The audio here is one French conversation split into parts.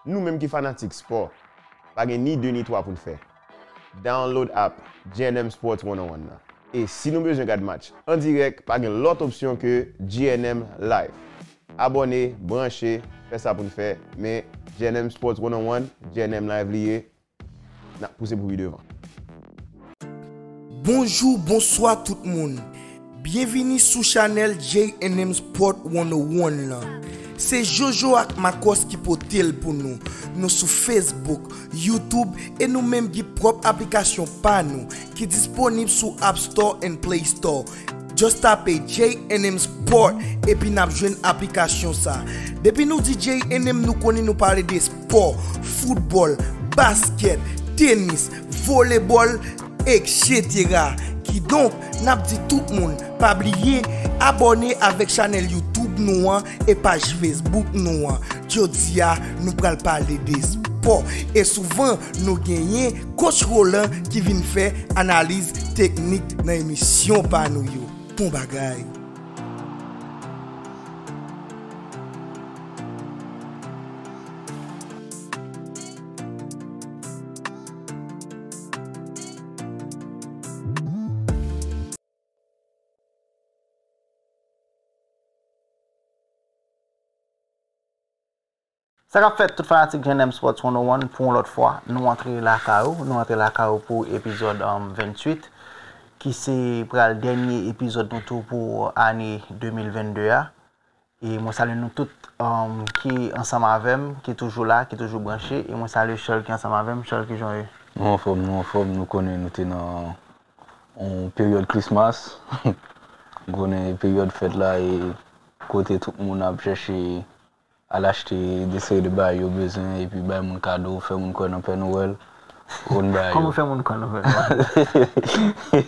nous-mêmes qui fanatiques sport, pas ni 2 ni 3 pour le faire. Download app GNM Sports 101 là. Et si nous besoin de match en direct, pas l'autre option que GNM Live. Abonnez, branchez, faites ça pour le faire. Mais GNM Sports 101, GNM Live lié, n'a poussé pour lui devant. Bonjour, bonsoir tout le monde. Bienvenue sur channel JNM Sport 101 là. C'est Jojo ak Makos qui potel pour nous. Nous sur Facebook, YouTube et nous même qui propre application par nous qui est disponible sur App Store et Play Store. Just tapez JNM Sport et puis n'a besoin application ça. Depuis nous dit JNM nous connaît nous parler de sport, football, basket, tennis, volleyball, etc. Qui donc n'a dit tout le monde pas oublier abonner avec chaîne YouTube nous et page Facebook nous. Jodia nous pral parler de sport et souvent nous gagnons coach Roland qui vient faire analyse technique dans émission par nous yo. Bon bagay. Ça a fait toute fanatique GNM Sports 101 pour l'autre fois. Nous entrons la KO pour l'épisode 28 qui c'est pour le dernier épisode pour l'année 2022. Et moi salue nous tous qui ensemble avec moi, qui est toujours là, qui est toujours branché. Et moi salue Charles qui est ensemble avec moi, Charles qui joue. Nous en forme, nous connaissons, nous sommes en période Christmas. Nous connaissons une période fête là et côté tout le monde a cherché à l'acheter des séries de bails au besoin et puis bailler mon cadeau, faire mon coin en Père Noël. Comment faire mon coin en Père Noël?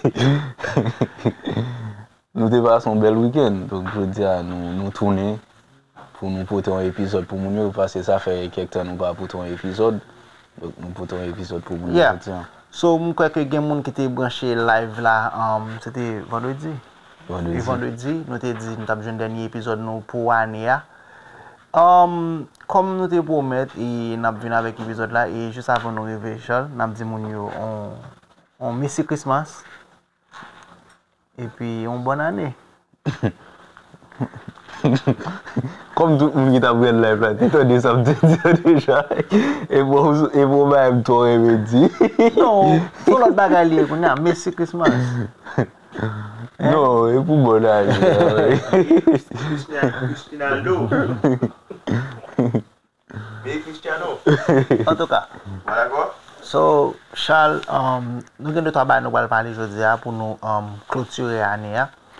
Nous avons passé un bel week-end, donc je veux dire, nous tournons pour nous porter un épisode pour nous parce que ça fait quelques temps nous pas porter un épisode, donc nous portons un épisode pour nous. Yeah. So, je crois que il y a des gens qui étaient branchés live là, c'était vendredi. Et vendredi, nous avons dit nous avons un dernier épisode nous pour l'année. Comme nous te promet et nous venu avec l'épisode là et juste avant nous arriver Charles, nous dit on Merry Christmas et puis une bonne année. Comme tout le monde qui a pris le live là, tu as dit ça déjà et bon même toi dit. Non, pour l'autre bagarre on a Merry Christmas. Non, et pour bon âge. Cristiano. Mais Cristiano. En tout cas. Voilà quoi? So, Charles, nous avons deux travail nous allons parler aujourd'hui pour nous clôturer l'année.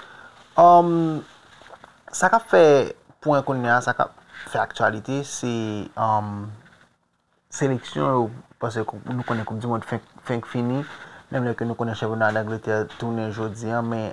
Ça qu'a fait point qu'on ça qu'a fait actualité, c'est sélection parce que nous connaissons Coupe du Monde fin fini. Même que nous connaissons le championnat d'Angleterre tourner aujourd'hui, mais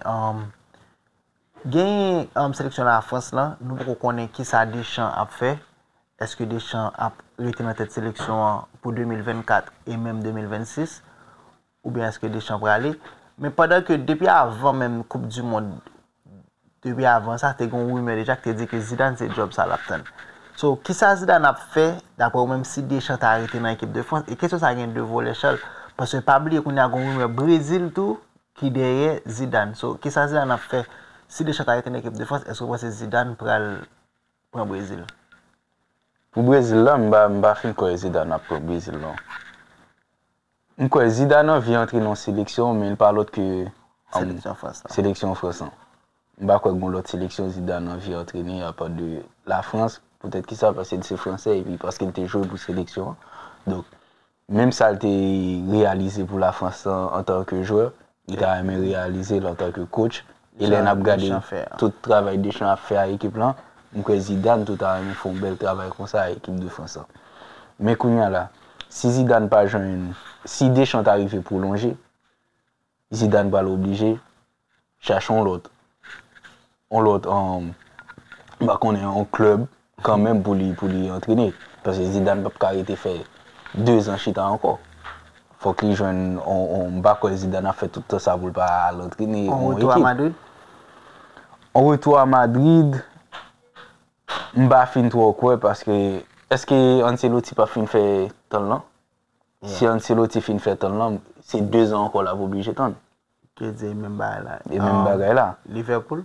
gain sélection à la France là, nous ne connaissons qui ça Deschamps a fait. Est-ce que Deschamps a été dans cette sélection pour 2024 et même 2026 ou bien est-ce que Deschamps va aller? Mais pendant que depuis avant même Coupe du Monde, depuis avant ça, tu as un rumeur déjà qui te dit que Zidane c'est job ça l'obtenir. So, qui ça Zidane a fait d'après même si Deschamps a arrêté dans l'équipe de France et qu'est-ce que ça gagne de voler Charles? Parce que pas oublier qu'on a un Brésil tout qui derrière Zidane. So, qui ça Zidane a fait si Deschamps a arrêté dans l'équipe de France, est-ce que vous pensez Zidane pour le Brésil? Pour le Brésil là, je ne sais pas quoi Zidane a pour le Brésil là. Quoi Zidane vient entrer dans la sélection mais il parle autre que sélection France. Je ne sais pas quoi l'autre sélection Zidane vient entraîner à part de la France, peut-être qu'il ça parce que c'est français et puis parce qu'il était joué pour sélection. Donc même ça a été réalisé pour la France en tant que joueur, il a même réalisé en tant que coach. Il a regardé tout le travail des Deschamps à faire à l'équipe là. Donc Zidane tout a fait un bel travail comme ça à l'équipe de France. Mais là, si Zidane pas jeune, si Deschamps arrive pour prolonger, Zidane va l'obliger, cherchons l'autre. On est en club quand même pour lui entraîner. Parce que Zidane ne peut pas arrêter de faire 2 ans chita encore. Faut qu'il joigne on bat que Zidane a fait tout ça pour pas l'entraîner. On retourne à Madrid. On retourne à Madrid. M'ba fin trop quoi parce que est-ce que Ancelotti pas fin fait tant là? Yeah. Si Ancelotti fin fait tant là, c'est 2 ans encore là pour obligé tant. Que c'est même bagaille là. Et même bagaille là. Liverpool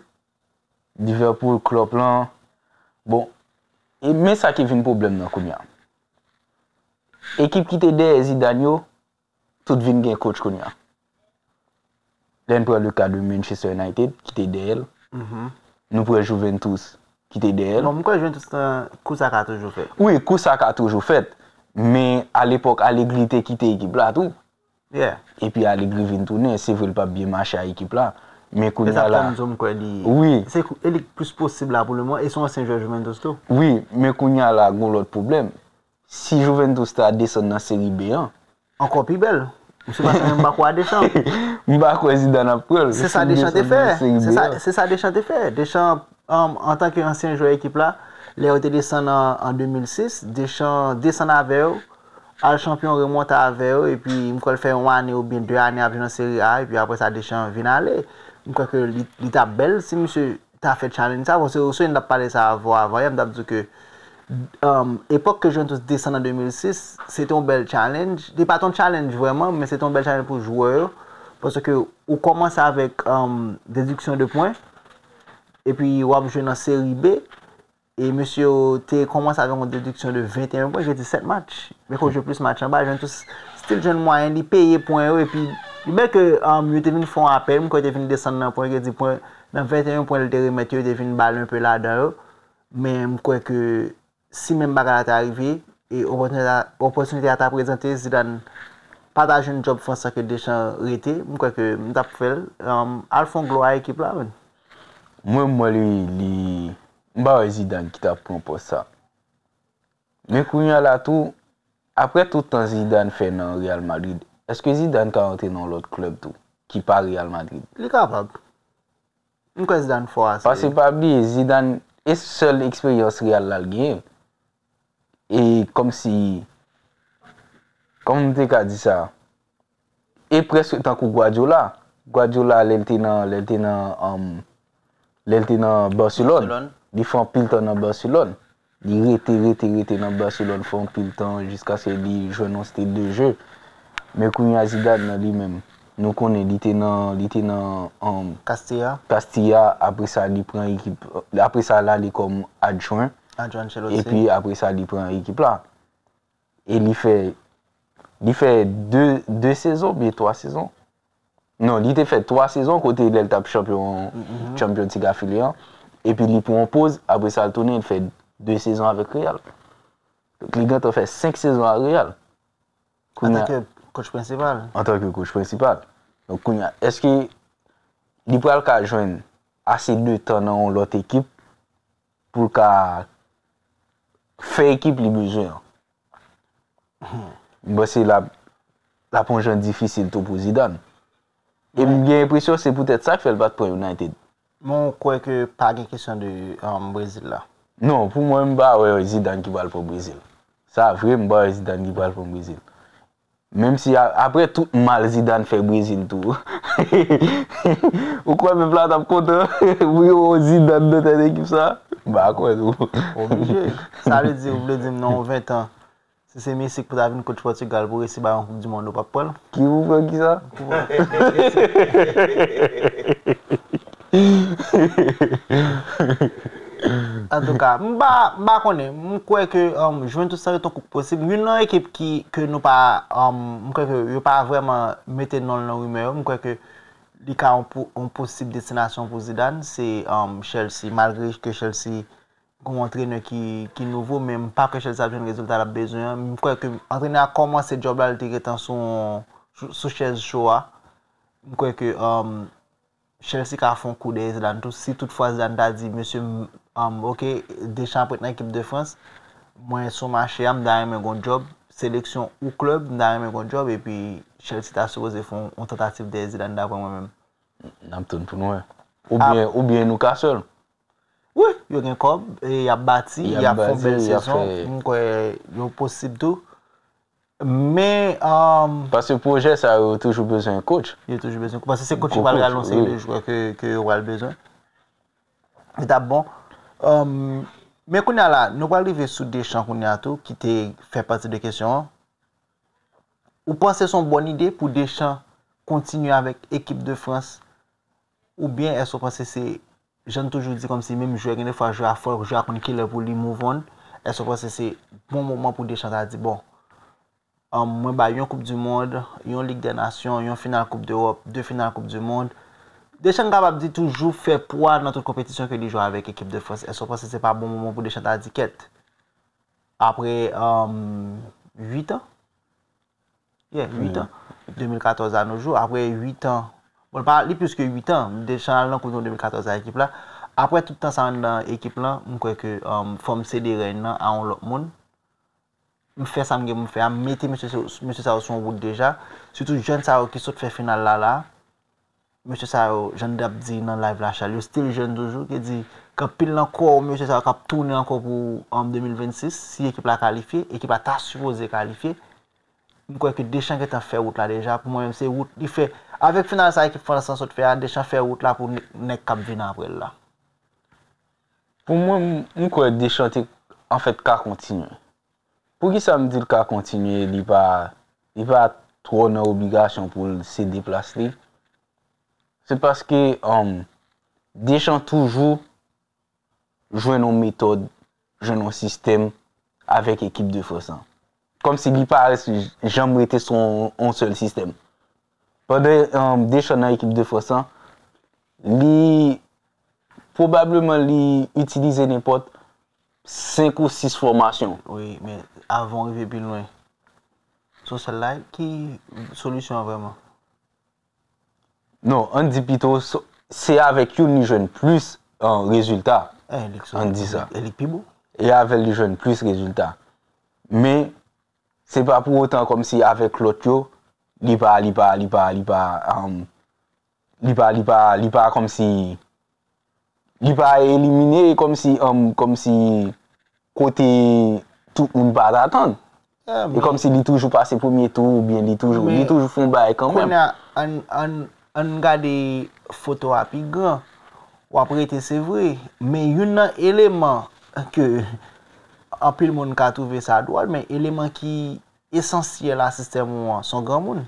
Klopp là. Bon, mais ça qui vient problème dans Kounia. Équipe qui était derrière Zidane yo, tout vient gen coach Kounia. Là on prend le cas de Manchester United qui était derrière. Nous prenons Juventus qui était derrière. Bon, pourquoi Juventus Koussaka a toujours fait? Oui, Koussaka a toujours fait. Mais à l'époque, Allegri était quitté l'équipe là tout. Yeah. Et puis Allegri vient tourner, c'est vrai pas bien marcher à l'équipe là. Mais Et Kounia ça là. Oui. C'est le plus possible là pour le moment. Et son ancien joueur Juventus tout. Oui, mais Kounia là, gon l'autre problème. Si Juventus ta descend dans série B1, encore plus belle. Je ne sais pas si Mbako a Deschamps. Mbako Zidane a pris. C'est ça Deschamps te fait. C'est ça Deschamps te fait. Deschamps en tant qu'ancien joueur équipe là, les ont descendu en 2006, Deschamps descend avec eux. Le champion remonte avec eux et puis il fait 1 année ou bien 2 années avec la série A et puis après ça Deschamps vient aller. Je crois que l'état belle si monsieur t'a fait challenge ça parce que aussi on a parlé ça avant il m'a dit que époque que Juventus descend en 2006, c'était un bel challenge. C'est pas ton challenge vraiment, mais c'est un bel challenge pour joueur parce que on commence avec déduction de points et puis on joue dans série B. Et monsieur, tu commences avec une déduction de 21 points, j'ai dit 7 matchs. Mais quand je joue plus de matchs en bas, j'ai tous style jeune moyen, il paye points. Et puis, il met que je te viens faire un appel, quand tu viens descendre dans un point, j'ai points, dans 21 points, le remettre, tu viens balle un peu là-dedans. Mais je crois que si même bagarre est arrivé, et opportunité à t'a présenté, Zidane partage un job français que Deschamps arrêté, je crois que je t'ai fait, Alphon gloire à l'équipe là. Moi, Mba Zidane qui t'a pris pour ça. Mais Kounia là tout, après tout le temps Zidane fait dans Real Madrid, est-ce que Zidane peut rentrer dans l'autre club tout, qui pas Real Madrid? Il est capable. Pourquoi Zidane fait ça? Parce que pas oublier, Zidane est seule expérience Real là le et comme si, comme tu as dit ça, et presque tant que Guardiola, il était dans Barcelone. Il fait un pile temps dans Barcelone. Il était dans Barcelone, fait un pile temps jusqu'à ce qu'il joue dans style de jeu. Mais Kounia Zidane lui-même, nous connaissons, il était dans Castilla, après ça il prend équipe, après ça là il est comme adjoint. Et puis après ça il prend équipe là. Et il fait 2 saisons, mais 3 saisons. Non, il a fait 3 saisons côté de l'étape champion League affilié. Et puis il prend pause, après ça il tourne, il fait 2 saisons avec Real. Donc il a fait 5 saisons à Real. En tant que coach principal. En tant que coach principal. Donc est-ce que il peut joindre assez de temps dans l'autre équipe pour faire équipe les besoins? C'est la ponction difficile pour Zidane. Et j'ai l'impression que c'est peut-être ça qui fait le battre pour United. Moi, je crois que pas de question de Brésil là. Non, pour moi, je suis Zidane qui parle pour le Brésil. Ça, vraiment, je suis Zidane qui parle pour le Brésil. Même si après tout mal, Zidane fait Brésil tout. Ou quoi, même là, t'as content? Oui, Zidane de cette équipe ça? Bah, quoi, tout. Obligé. Ça veut dire, vous voulez dire, non, 20 ans. Si c'est Messi qui peut avoir une coach Portugal pour réussir la Coupe du Monde, pas Paul. Qui vous fait qui ça? En tout cas, je crois que Juventus serait tout possible. Une équipe que nous pas pas vraiment mettre dans le rumeur, je crois que il y a une possible destination pour Zidane, c'est Chelsea. Malgré que Chelsea un entraîneur qui nouveau, même pas que Chelsea a un résultat à besoin. Je crois que l'entraîneur a commencé le job là, il était sous chaise choix. Je crois que Chelsea a fait un coup de Zidane. Si toutefois Zidane a dit, monsieur, ok, Deschamps pour l'équipe de France, moi, sur le marché, je vais un job, sélection ou club, je vais un job, et puis Chelsea a supposé faire une tentative de Zidane d'après moi-même. N'importe pour nous. Ou bien Newcastle. Oui, il y a un club, il a bâti, il a fait une belle saison, donc il est possible tout. Mais parce que le projet, ça a toujours besoin d'un coach. Il a toujours besoin. Parce que c'est le coach qui va le relancer le joueur que il aura besoin. C'est bon. Mais qu'on a là, nous allons arriver sur Deschamps qu'on a tout, qui te fait partie de question. Ou pensez que c'est une bonne idée pour Deschamps continuer avec l'équipe de France? Ou bien est-ce que vous pensez que c'est, j'aime toujours dire comme si même joueur, une fois jouer à fort, jouer à contre killer pour lui move on, est-ce que vous pensez que c'est bon moment pour Deschamps à dire bon, moi bah une Coupe du Monde, une Ligue des Nations, une finale Coupe d'Europe, 2 finales Coupe du Monde. Deschamps capable de toujours faire poids dans toute compétition que il joue avec l'équipe de France. Est-ce que vous pensez que c'est pas bon moment pour Deschamps à dire quête? Après 8 ans? Yeah, 8 ans. 2014 à nos jours. Après 8 ans. Bon, pas plus que 8 ans. Deschamps là en 2014 à l'équipe là. Après tout le temps ça dans l'équipe là, je crois que forme céder à un autre monde. Je fais ça me faire mettre monsieur ça sur route déjà. Surtout jeune ça qui saute faire finale là. Monsieur ça Jean Dap dit dans live là Charles, style jeune toujours qui dit quand pile encore monsieur ça cap tourner encore pour en 2026 si l'équipe la qualifié, l'équipe a ta supposé qualifier. Je crois que Deschamps est en fait route là déjà pour moi même c'est route il fait avec finale ça équipe France saute faire Deschamps fait route là pour nek cap venir après là. Pour moi je crois Deschamps en fait qu'à continuer. Pour qui ça me dit qu'à continuer, il pas trop dans obligation pour se déplacer. C'est parce que Deschamps toujours joue une méthode, joue un système avec l'équipe de France. Comme s'il pas jamais été son un seul système. Pendant Deschamps dans l'équipe de France, probablement utiliser n'importe 5 ou 6 formations. Oui, mais avant d'arriver plus loin. Sur celle-là, qui solution vraiment? Non, on dit plutôt c'est avec une jeune plus résultat. On dit ça. Elle est plus beau. Et avec les jeunes plus résultat. Mais c'est pas pour autant comme si avec l'autre il pas comme si il pas éliminé comme si côté tout le monde pas attendre. Et comme s'il toujours passé premier tour ou bien il toujours font bail quand même. On regarde des photos à plus grand. Ou après c'est vrai, mais il y a un élément que en plus le monde a trouvé ça drôle, mais élément qui est essentiel à système son grand monde.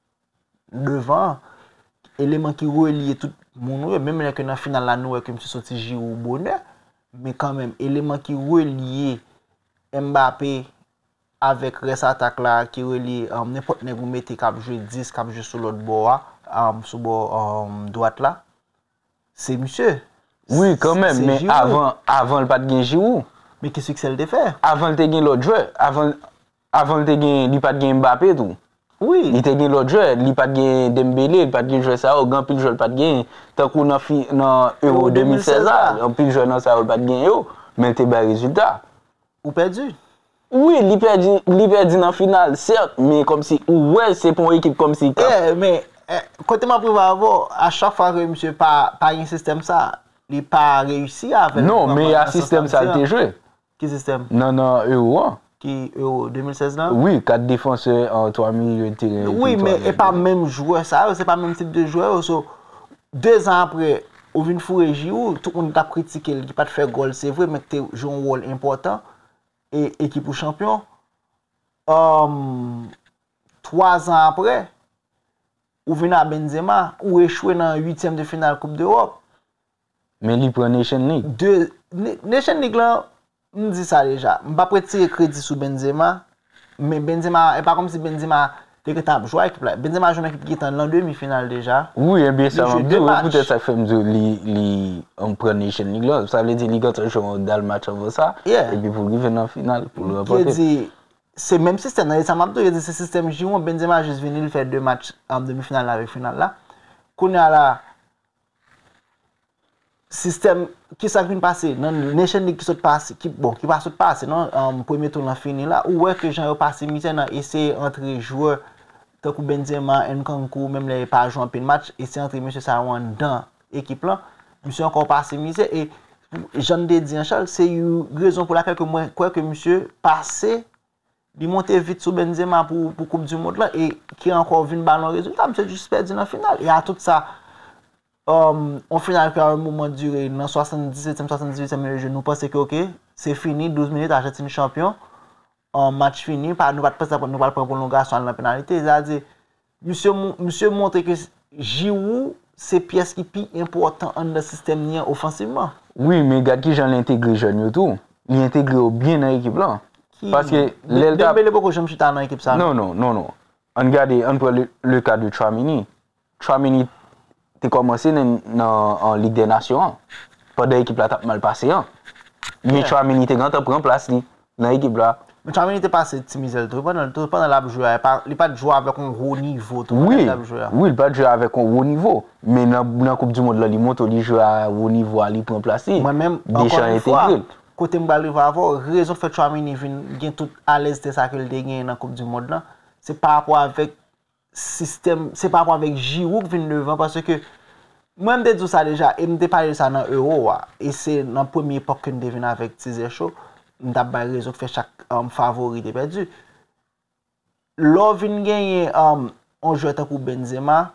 Devant élément qui relie tout le monde, même que dans la finale là nous que monsieur sorti Giroud bonheur, mais quand même élément qui relie Mbappé avec reste attaque là qui relie n'importe nèg vous mettez cap jouer 10 cap jouer sur l'autre bord sur bord droite là. C'est monsieur. Oui, quand même, mais Giroud. avant le pas de Giroud. Mais qu'est-ce que c'est le faire? Avant le gagner l'autre joueur, avant le gagner il pas de Mbappé tout. Oui. Il te gagné l'autre joueur, il pas de gagner Dembélé, il pas de jouer ça, au grand pile joueur pas de gagner tant qu'on dans Euro 2016 là, un pile joueur dans ça pas de gagner mais il te bas résultat. Ou perdu? Oui, il perdu dans finale, certes, mais comme si ouais, c'est pour une équipe comme si mais côté m'a pour avoir à chaque fois que monsieur pas un système ça, il pas réussi à faire. Non, mais il y a un système ça a été joué. Quel système? Non, Euro. Qui Euro 2016 là? Oui, 4 défenseurs en 3 milieux de terrain. Oui, mais et pas même joueur ça, c'est pas même type de joueur. 2 ans après, au vin fourrer Giroud, tout le monde a critiqué, il pas de faire goal, c'est vrai, mais tu joues un rôle important et équipe champion. 3 ans après, ou venir à Benzema, ou échouer dans 8e de finale Coupe d'Europe. Mais il prend Nation League. Nation League là, on dit ça déjà. Je ne vais pas tirer crédit sur Benzema, mais Benzema, c'est pas comme si Benzema était capable de jouer avec l'équipe. Benzema joue une équipe qui est en demi-finale déjà. Oui, bien sûr. Peut-être ça fait on prend Nation League là. Ça veut dire qu'il a joué dans le match avant ça. Yeah. Et puis pour arriver dans la finale, pour le remporter. C'est le même système. Dans les Samabdo, il y a ce système Giroud. Benzema a juste venu faire 2 matchs en demi-finale avec finale là. Qu'on a là, système qui s'est passé dans la Nation League qui saute passé, qui va sauter passer non premier tour dans fini là, ou est que Jean passé maintenant essayer entre joueurs tant que Benzema, Nkunku, même les pas jouer en plein match, essayer entre monsieur Sawan dans équipe là, monsieur encore passé misère et Jean de dit Charles, c'est une raison pour laquelle que moi crois que monsieur passé il monter vite sur Benzema pour Coupe du Monde là et qui a encore vu un ballon résultat, monsieur juste perdu dans la finale. Et à tout ça au final, à un moment duré, dans 77e, 78e, je nous pensais que ok, c'est fini, 12 minutes, Argentine champion. En match fini, nous ne pouvons pas prendre prolongation dans la pénalité. C'est-à-dire, monsieur montre que Giroud, c'est pièce qui est plus important dans le système offensivement. Oui, mais regarde qui j'en intégré jeune tout. Il intègre bien dans l'équipe là. Parce que Dembélé beaucoup j'aime chuter dans l'équipe ça. Non. On prend le cas de Tchouaméni. Tchouaméni t'es commencé en Ligue des Nations. Pendant l'équipe là t'as mal passé mais Tchouaméni t'es grand prend place dans l'équipe là. Mais Tchouaméni t'es passé Timizel tout pendant la joueur, il pas de jouer avec un haut niveau tout oui, il pas de jouer avec un haut niveau, mais dans la Coupe du monde là il monte il joue à haut niveau, il prend place. Moi-même encore une fois côté m'arrive à avoir raison fait Tchouaméni vient tout à l'aise de ça que il gagné dans la Coupe du monde là, c'est par rapport avec système, c'est par rapport avec Giroud qui vient devant parce que moi je dis ça déjà et me parlé de ça dans Euro et c'est dans la première époque que je venu avec Cizé Show, m'ta pas raison de faire chaque favori de perdu. L'on vient gagner un joueur comme Benzema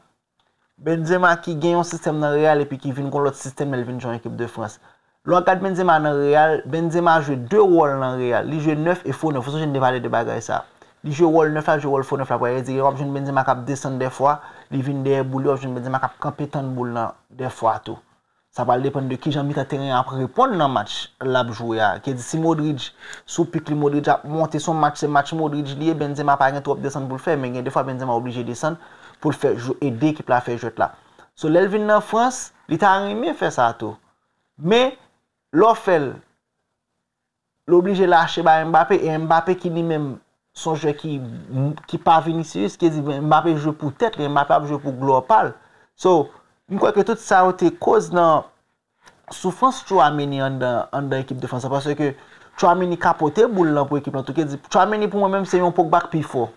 qui gagne un système dans Real et puis qui vient avec l'autre système elle vient jouer en équipe de France. L'on regarde Benzema dans Real, Benzema joue deux rôles dans Real, il joue 9 et faux 9, faut que je ne parler de bagaille ça. Il joue rôle 9 là, joue rôle faux 9 là pour dire on joue Benzema qui descend des fois, il vient des boules, on joue Benzema qui camper tant boule des fois tout. Ça va dépendre de qui Jean-Michel terrain après répondre dans match là jouer qui dit si Modric sous pique Modric a monter son match c'est match Modric lié Benzema pas rien trop descendre pour le faire mais des fois Benzema obligé de descendre pour le faire aider l'équipe là faire jouer là. So l'Elvin en France, il t'a arrivé faire ça tout. Mais l'offel l'obligé lâcher Mbappé et Mbappé qui lui-même son jeu qui pas Vinicius qui dit Mbappé joue pour tête et Mbappé joue pour global. So je crois que tout ça a été cause dans souffrance Tchouaméni dans l'équipe de France parce que Tchouaméni capoté boule pour l'équipe en tout cas Tchouaméni pour moi même c'est un Pogba plus fort.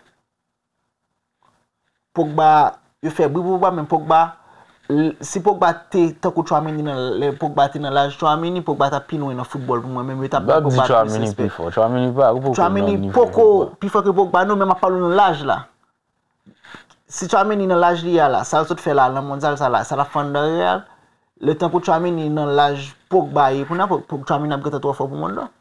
Pogba il fait bruit Pogba même Pogba si Pogba t'es tant que Tchouaméni dans Pogba t'es dans l'âge Tchouaméni Pogba t'a plus loin dans football pour moi même il t'a pas Pogba Tchouaméni plus fort Tchouaméni pas Tchouaméni beaucoup plus fort que Pogba non même pas dans l'âge là. Si Tchouaméni dans l'âge là, ça tout fait là dans mondial ça là, ça la fin de Real. Le temps pour Tchouaméni dans l'âge Pogba et pour Tchouaméni a gagné trop fort pour monde là.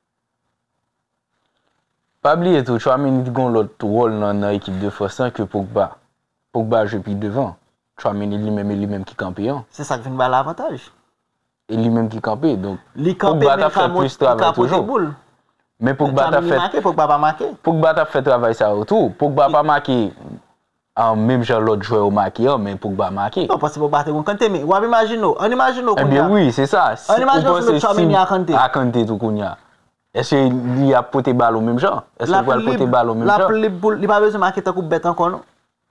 Pas oublier tout Tchouaméni a l'autre rôle dans l'équipe de France que Pogba. Pogba joue plus devant. Tchouaméni lui-même qui campé. C'est ça qui vient l'avantage. Et lui-même qui campé donc Pogba t'a fait plus travail toujours. Mais Pogba t'a fait Pogba pas marqué. Pogba t'a fait travail ça autour. Pogba pas marqué. Même genre l'autre joueur au marqué, mais Pogba marqué. Non, parce que Pogba te Kanté, mais on imagine. Eh bien oui, c'est ça. On imagine que Tchouaméni a Kanté. A Kanté tout kounya. Est-ce qu'il a porté balle au même genre? Est-ce qu'il va porter balle au même genre? Il pas besoin de marquer ta coupe bête encore non?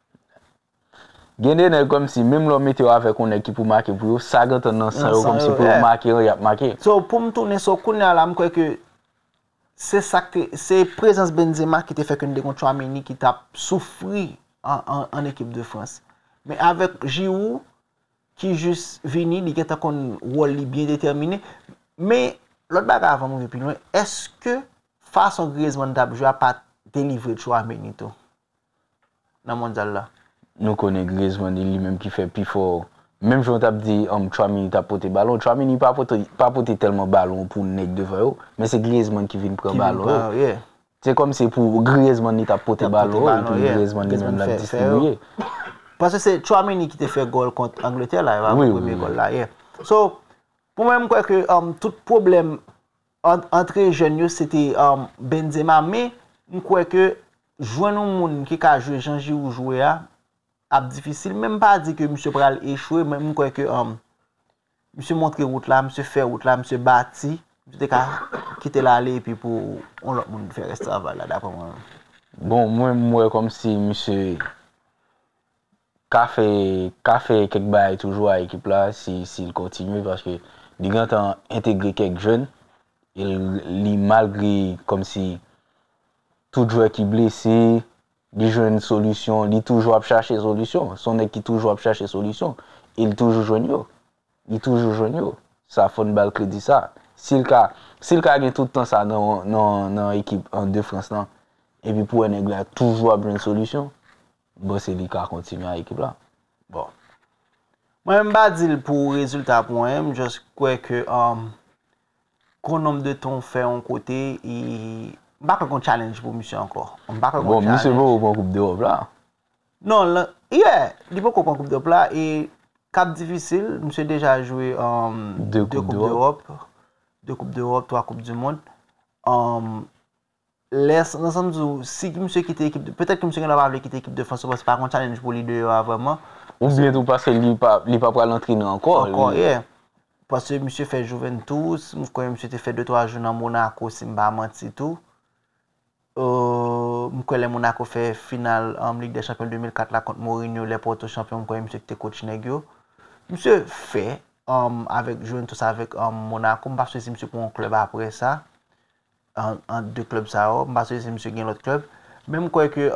Gende comme si même l'homme mettait avec une équipe pour marquer pour ça gante dans ça comme si pour marquer il a marqué. So pour me tourner sur kounya là, me crois que c'est ça que c'est présence Benzema qui te fait que nous Tchouaméni qui t'a souffri en équipe de France. Mais avec Giroud, qui juste venu, il a un rôle bien déterminé. Mais l'autre bagarre avant de plus loin, est-ce que façon Griezmann n'a pas délivré Tchouaméni tout dans le mondial là? Nous connaissons Griezmann lui-même qui fait plus fort. Même si on t'a dit Tchouaméni t'a porté ballon, Tchouaméni pas porté tellement ballon pour nèg devant, mais c'est Griezmann qui vient prendre ballon. C'est comme si pour Griezmann il t'a porté ballon et puis Griezmann lui-même l'a distribué. Parce que c'est Tchouaméni qui t'a fait goal contre Angleterre là, le premier goal là. So pour moi je crois que tout problème entre jeunes c'était Benzema mais je crois que joindre un monde qui a joué Jean Giroud jouer a difficile même pas dire que monsieur pral échouer mais je crois que monsieur montre route là, monsieur fait route là, monsieur bâti J'étais quitter l'aller et puis pour on l'autre monde faire ce travail là d'après moi. Bon, moi comme si monsieur café quelque bail toujours à l'équipe là s'il continue parce que il a intégré quelques jeunes il malgré comme si tout joueur qui blessé il joue une solution, il toujours à chercher solution, son équipe toujours à chercher solution, il toujours joigneux. Ça fait une balle crédit ça. S'il gagne tout le temps ça dans l'équipe de France là, et puis pour un nègre toujours à une solution, bon c'est lui qui a continué à l'équipe là. Bon. Moi même pas dire pour résultat pour moi, je crois que grand nombre de temps fait en côté et pas qu'on challenge pour monsieur encore. Bon, monsieur va au Coupe d'Europe là. Non, là, il faut qu'on Coupe d'Europe là et cap difficile, monsieur déjà joué deux Coupes d'Europe, 3 Coupes du Monde. Si monsieur quitte l'équipe, peut-être que monsieur n'a pas voulu quitter l'équipe de France, c'est pas un challenge pour les deux vraiment. Ou bien tout parce qu'il n'est pas pour l'entraîner encore. Parce que monsieur fait Juventus, quand monsieur fait 2-3 jours dans Monaco, si je ne menti tout. Quand Monaco fait finale en Ligue des Champions 2004 là contre Mourinho, les Porto champions, quand monsieur était coach Negio. Monsieur fait avec Juventus avec Monaco, parce que si monsieur pour un club après ça, en 2 clubs ça, parce que si monsieur gagne l'autre club, même quoi que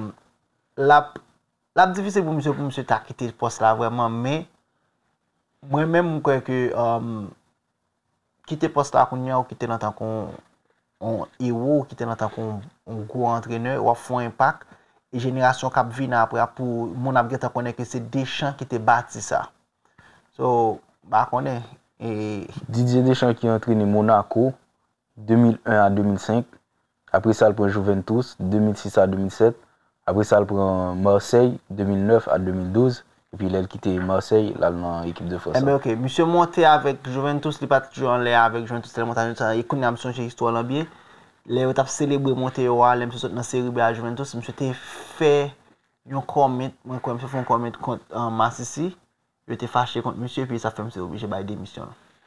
la difficile pour monsieur t'a quitté ce poste là vraiment, mais moi-même quoi que quitter poste là qu'on y a ou quitter dans tant qu'on héros ou quitter dans tant qu'on gros entraîneur ou font impact et génération qui vient après pour mon abgeta connaît que c'est Deschamps qui était bâti ça. So bah connaît et Didier Deschamps qui a entraîné Monaco 2001 à 2005, après ça il prend Juventus 2006 à 2007, après ça il prend Marseille 2009 à 2012. Et puis il a quitté Marseille, là dans l'équipe de France. Mais ok, monsieur monté avec Juventus, il n'est pas toujours en l'air avec Juventus, il monte il connaît un son histoire là bien. Les autres célébré monter au Harlem, monsieur dans série B à Juventus, monsieur t'ai fait un comment, moi quand monsieur fait un comment contre Massissi, il était fâché contre monsieur puis ça fait monsieur obligé de démission.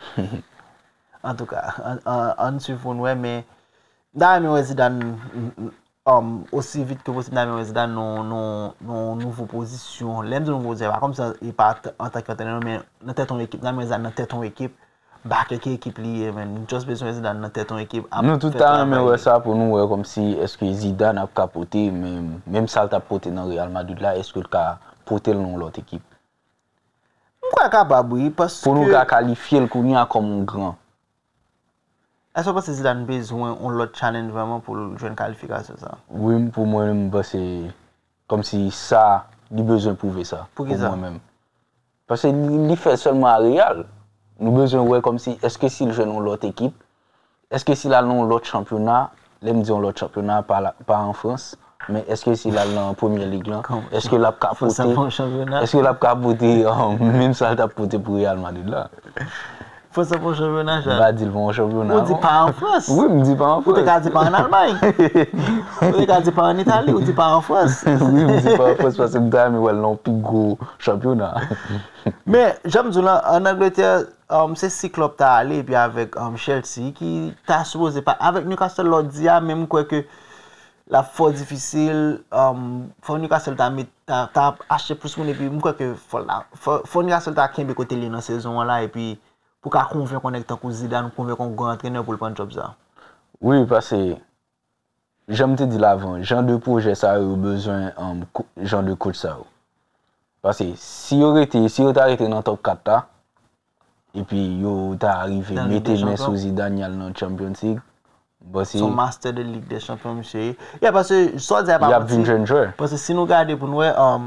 En tout cas, on suivre ouais mais dans Zidane aussi vite que possible dans Zidane non nouvelle position l'aime de nouveau dire comme ça il part en tant qu'entraîneur mais dans tête ton équipe dans Zidane dans tête ton équipe bah quelques équipes liées man juste besoin Zidane dans tête ton équipe nous tout le temps mais ça pour nous comme si est-ce que Zidane a capoté même ça t'a porté dans Real Madrid là est-ce que le cas porter le nom l'autre équipe pourquoi capable oui parce que pour nous qualifier le Kounia comme un grand. Est-ce que Zidane a besoin d'un autre challenge vraiment pour jouer une qualification ça? Oui, pour moi c'est comme si ça, il a besoin de prouver ça. Pour moi-même. Parce qu'il fait seulement à Real. Nous avons besoin de comme si, est-ce que s'il joue dans l'autre équipe, est-ce que s'il a dans l'autre championnat, là me disons l'autre championnat pas en France, mais est-ce que s'il a dans la première ligue là, est-ce que l'a capoté? Est-ce que l'a capoté même ça l'a capoté pour Real Madrid là? Faut ça pour championnat. Bah dis bon championnat. On dit pas en France. Oui, me dit pas en France. Ou tu dis pas en Allemagne. Ou tu dis pas en Italie, ou tu dis pas en France. Oui, me dit pas en France parce que me ouais non plus gros championnat. Mais j'aime dire là en Angleterre c'est 6 clubs t'as allé puis avec Chelsea qui t'a supposé pas avec Newcastle l'autre dia même quoi que la fort difficile faut Newcastle t'as acheté plus mon et puis quoi que faut Newcastle t'as kembe côté li dans saison là et puis pour qu'à convaincre qu'on est tant que Zidane convaincre qu'on grand entraîneur pour le prendre job ça. Oui parce que j'aime te dire l'avant genre de projet ça a besoin genre de coach ça. Parce que si on t'a arrêté dans top 4 là et puis yo t'a arrivé mettre main sous Zidane dans Champions League son master de Ligue des Champions monsieur. Yeah parce que ça dire pas parce que si nous regarder pour nous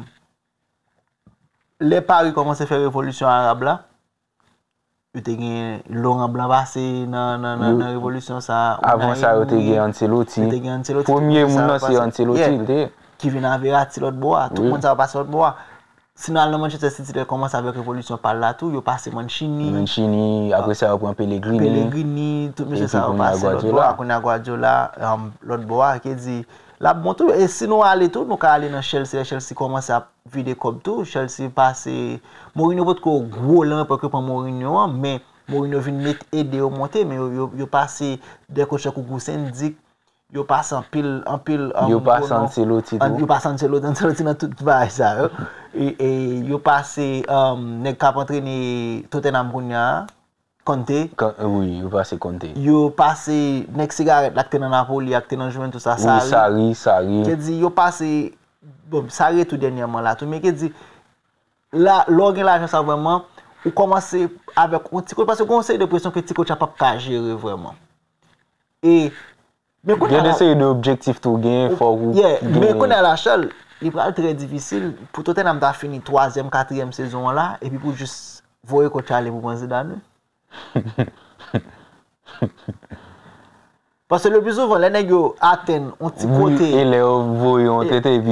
les paris commencent à faire révolution arabe là. Il y a Laurent Blanc passé dans la révolution ça. Avant ça, il y a Ancelotti. Premier mouvement c'est Ancelotti. Qui vient avec Verratti l'autre bois. Tout le monde ça va passer l'autre bois. Sinon, le Manchester City commence avec révolution par là tout. Il passe Mancini. Après ça, on prend Pellegrini. Tout le ça va passer l'autre bois. On a Guardiola, l'autre bois qui dit. La bon tout et si nous aller tout nous aller dans Chelsea commence à vider comme tout Chelsea passe Mourinho votre gros là parce que pas Mourinho mais Mourinho vient mettre aider au monter mais yo passé des coachs comme Goussendik yo passe en pile yo passe Ancelotti dans tout bail ça et yo passé nèg cap entraîner Tottenham Kounia Conte. Oui, il passe Conte. Yo passé nek cigarette l'acte dans Napoli, acte dans Juventus ça Sarri. Qui dit yo passé bon Sarri tout dernièrement là tout mais qui dit là l'organe l'argent ça vraiment ou commencer avec un petit parce que conseil de pression que petit coach pas pas gérer vraiment. Et mais il y a des objectifs tout gain faut mais qu'on a la chale, il va être très difficile pour Tottenham t'a fini 3e 4e saison là et puis pour juste voir coach aller pour Zidane. Parce que le plus souvent, les nègres atteignent un petit côté. Et les voyons tété et puis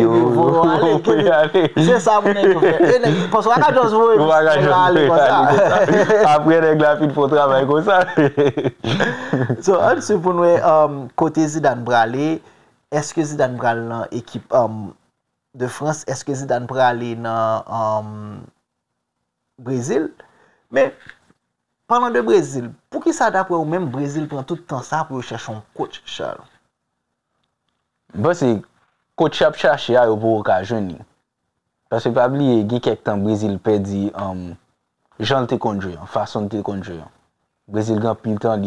c'est ça mon nègre fait. Parce qu'on a juste voyer aller comme ça. Après les gars il faut travailler comme ça. So, on pour nous côté Zidane Bralé, est-ce que Zidane Bralé dans équipe de France, est-ce que Zidane Bralé dans Brésil? Mais parlant de Brésil, pour qui ça d'après ou même Brésil prend tout le temps ça pour chercher un coach, Charles? Bon, c'est coach a cherché à pour occasion. Parce que pas oublier, il y a quelques temps Brésil perdu Jean te conduire, façon de te conduire. Brésil grand pile temps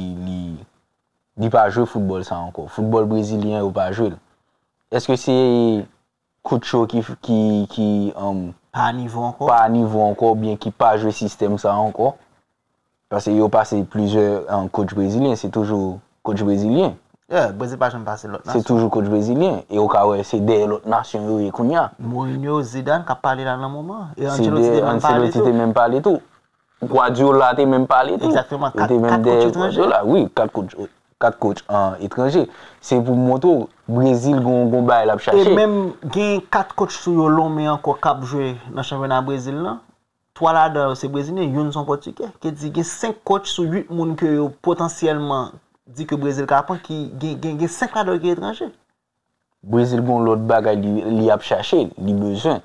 il pas jouer football ça encore. Football brésilien ou pas jouer. Est-ce que c'est Coucho qui pas à niveau encore? Pas à niveau encore bien qui pas jouer système ça encore? Parce qu'il y a passé plusieurs coachs brésiliens, c'est toujours coach brésilien. Yeah, Brésil pas jamais passé l'autre nation. C'est toujours coach brésilien. Et au cas où c'est des autres nations et Kounia. Mourinho, Zidane qui a parlé là dans le moment. Et Ancelotti t'es même parlé tout. Guardiola t'es même parlé tout. Exactement. Quatre coachs étrangers. Oui, quatre coachs étrangers. C'est pour montrer Brésil gon bail la chercher. Et même gain 4 coachs sur long mais encore cap jouer dans le championnat Brésil là. 3 là c'est brésilien, une sont portugais. Qui dit qu'il y a 5 coachs sur 8 monde que potentiellement dit que Brésil capable qui gagne 5 là qui étrangers. Brésil gon l'autre bagaille li a chercher, li besoin.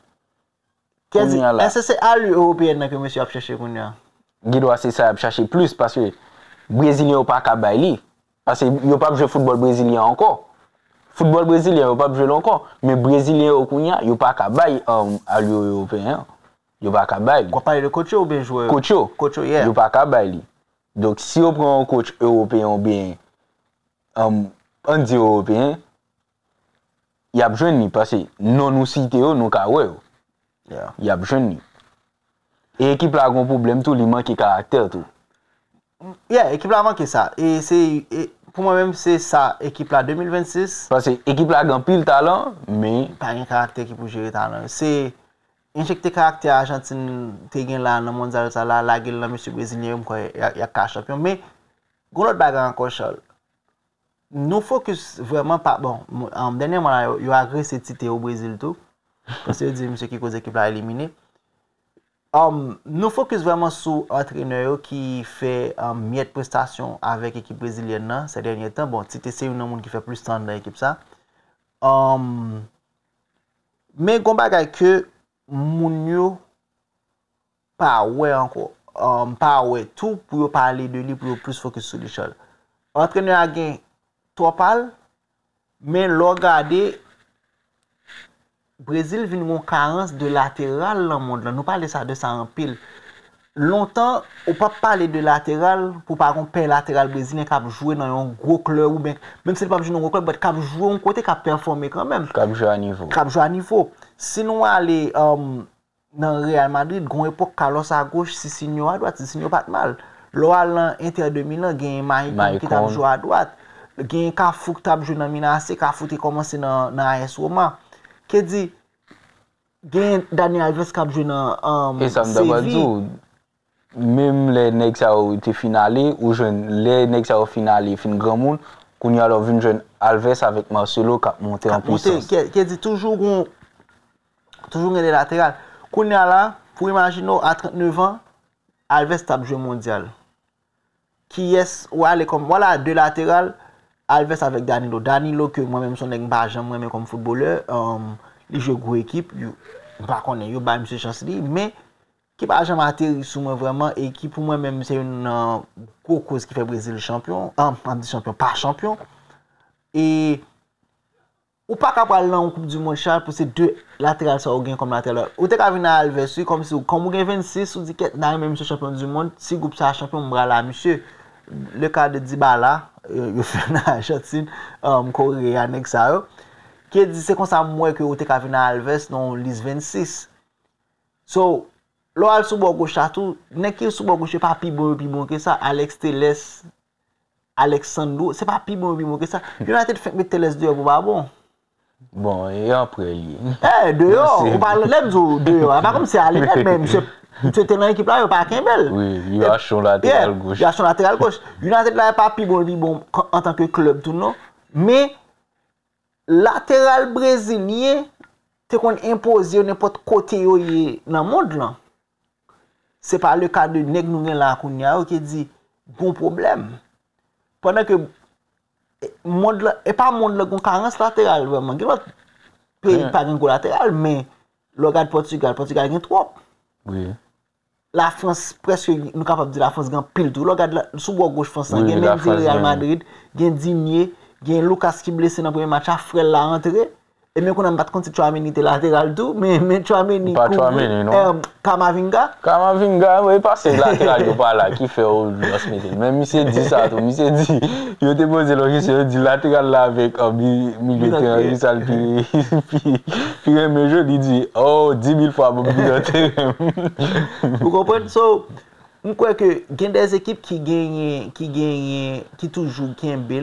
Est-ce que c'est à l'européenne que monsieur a cherché kounya? Guido c'est ça a chercher plus parce que brésilien pas capable li parce que yo pas jouer football brésilien encore. Football brésilien yo pas jouer encore, mais brésilien au kounya yo pas capable à l'européen. Yo pas capable. Quoi parler de coach ou bien joueur? Coach, yeah. Yo pas capable. Donc si on prend un coach européen ou bien on dit européen, y a besoin ni parce que non nous cité nous ka ouais. Yeah. Y a besoin ni. Et équipe là a un problème tout, il manque caractère tout. Yeah, équipe là manque ça. Et c'est pour moi même c'est ça équipe là 2026 parce que équipe là a un pile talent mais pas un caractère qui pour gérer talent. C'est injecter caractère Argentine te gen là dans mondial ça là la gueule là monsieur brésilien quoi y a champion mais gros l'autre bagarre encore Charles. Nous focus vraiment pas bon dernièrement là yo agressé titre au Brésil tout parce que dit monsieur qui cause équipe là éliminé. Nous focus vraiment sur entraîneur qui fait miette prestation avec équipe brésilienne là ces derniers temps. Bon, Tite c'est un monde qui fait plus temps dans l'équipe ça. Mais gon bagay que moun yo pas ouais encore. Pas ouais tout pour parler de lui pour plus focus sur les choses. Entraîneur a gain trop pal mais le regarder Brésil vient une carence de latéral dans le monde. Nous parlons de ça en pile. Longtemps, on ne peut pas parler de latéral pour pas qu'on père latéral brésilien qui a joué dans un gros club ou bien même si il pas joué dans un gros club, mais qui a joué un côté qui a performé quand même. Qui a joué à niveau. Si nous aller dans Real Madrid, à une époque Carlos à gauche, Cicinho à droite, Cicinho pas mal. L'Oal Inter de Milan, il y a Maicon qui a joué à droite. Il y a Cafu qui a joué dans Milan AC, Cafu qui a commencé dans AS Roma. Qui dit gain Dani Alves qui a joué dans et ça me d'abord dit même les nèg ça été finalé ou jeune les nèg ça finalé fin grand monde qu'on y a alors une jeune Alves avec Marcelo qui a monté en puissance qui dit toujours les latérales qu'on y a là pour imaginer à 39 ans Alves t'a joué mondial qui est ou aller comme voilà deux latérales Alves avec Danilo que moi-même son nèg pas jamais moi comme footballeur il joue gros équipe pas connait yo ba monsieur chance mais qui pas jamais atterri sur moi vraiment et qui pour moi même c'est une grosse cause qui fait Brésil champion pas champion et ou pas capable dans la coupe du monde Charles pour ces deux latérales ça ou gain comme latéral ou t'es ka venir Alves comme si comme ou gain 26 ou dit que dans même monsieur champion du monde si groupe ça champion bras là monsieur le cas de Dybala il fait dans Argentine Corée annexe ça qui dit c'est comme ça moi que ou t'es ka venir Alves dans liste 26 so l'ol sous bord gauche tout n'est qui sous bord gauche pas plus bon que ça Alex Telles Alexandro c'est pas plus bon que ça United fait mettre Telles dehors pour pas bon et après lui dehors on parle même dehors pas comme si aller mais monsieur Tu étais dans l'équipe là, il pas Kembel. Oui, il a son latéral gauche. Il a son latéral gauche. United là, pas plus bon en tant que club, tout non. Mais, latéral brésilien, te qu'on impose n'importe côté dans le monde là. C'est pas le cas de nèg nou gen là qui dit bon problème. Pendant que monde là et pas monde là gon carence latéral vraiment. Gen l'autre pays pas gen latéral mais le regarde Portugal gen trop. Oui. La France presque nous capable de dire la France gen pile tout. Le regarde sous gauche France oui, gen même Real Madrid, gen Digne, gen Lucas qui blessé dans premier match a frère la rentré. Et même qu'on a pas compte Tchouaméni était latéral tout, mais Tchouaméni pas Tchouaméni non. Kamavinga, oui, parce que latéral yo pas là qui fait au même monsieur dit ça tout, monsieur dit il te posé la question dit latéral là avec milieu de terrain ça puis mais je lui dis oh 10 000 fois bon milieu de terrain. Vous comprenez so on croit que il y a des équipes qui toujours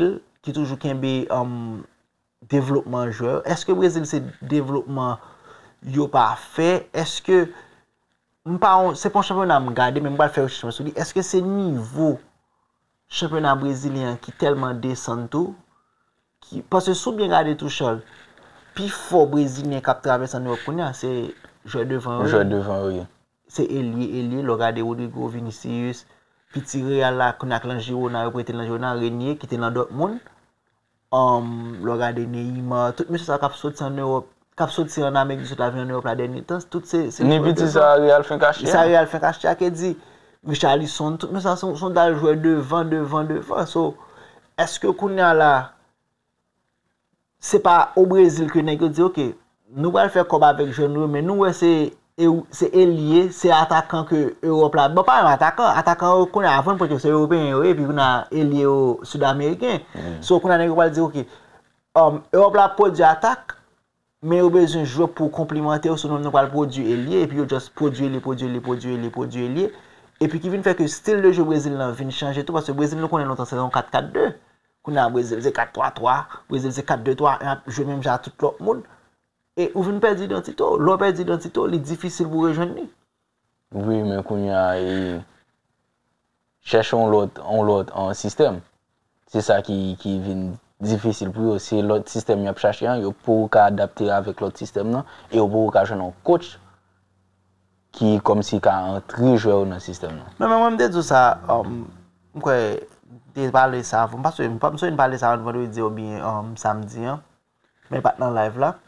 développement joueur. Est-ce que le Brésil c'est développement yo pas fait? Est-ce que c'est pas un championnat me garder mais me faire est-ce que c'est niveau championnat brésilien qui tellement descend tout qui parce que sous bien regarder tout seul puis fort brésilien qui traverse en Europe c'est joueur devant oui. C'est Elie le regarder Rodrigo Vinicius puis tirer à la Konak Girona représenter la Girona Renier qui était dans Dortmund. Le regarder Neymar, tout monsieur ça cap sorti en Europe, cap sorti en Amérique du Sud en Europe la dernière temps, tout c'est ni petit ça Real fin caché. Ça Real fin caché qui dit Richarlison, tout mais ça sont dans joueurs devant. So est-ce que qu'on a là c'est pas au Brésil que nèg dit OK, nous va faire combat avec jeune mais nous c'est ailier, c'est attaquant que Europe là. Bon pas un attaquant qu'on a avant parce que c'est européen et puis on a ailier au sud-américain. So qu'on a nèg va dire OK. Europe là produit attaque mais on besoin de jouer pour complémenter ou sinon nous va produire ailier et puis on juste produire ailier et puis qui vient faire que style de jeu Brésil là vient changer tout parce que Brésil nous connaît longtemps saison 4-4-2. Qu'on a Brésil c'est 4-3-3, Brésil c'est 4-2-3, jouer même genre tout l'autre monde. Et ou vient perdre identité, l'on perd identité, il est difficile pour rejoindre. Oui, mais quand y a cherchons l'autre système. C'est ça qui vient difficile pour eux, c'est l'autre système y a chercher, il pour adapter avec l'autre système là et pour joindre un coach qui comme si qu'a entré joueur dans le système là. Mais moi me dire ça quoi de parler ça, parce que pas besoin de parler ça vendredi ou bien samedi mais pas dans live là.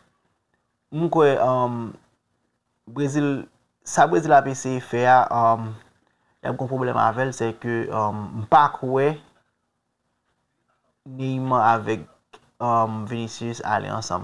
Brésil a essayé faire il y a un problème avec c'est que pas quoi Neymar avec Vinicius aller ensemble.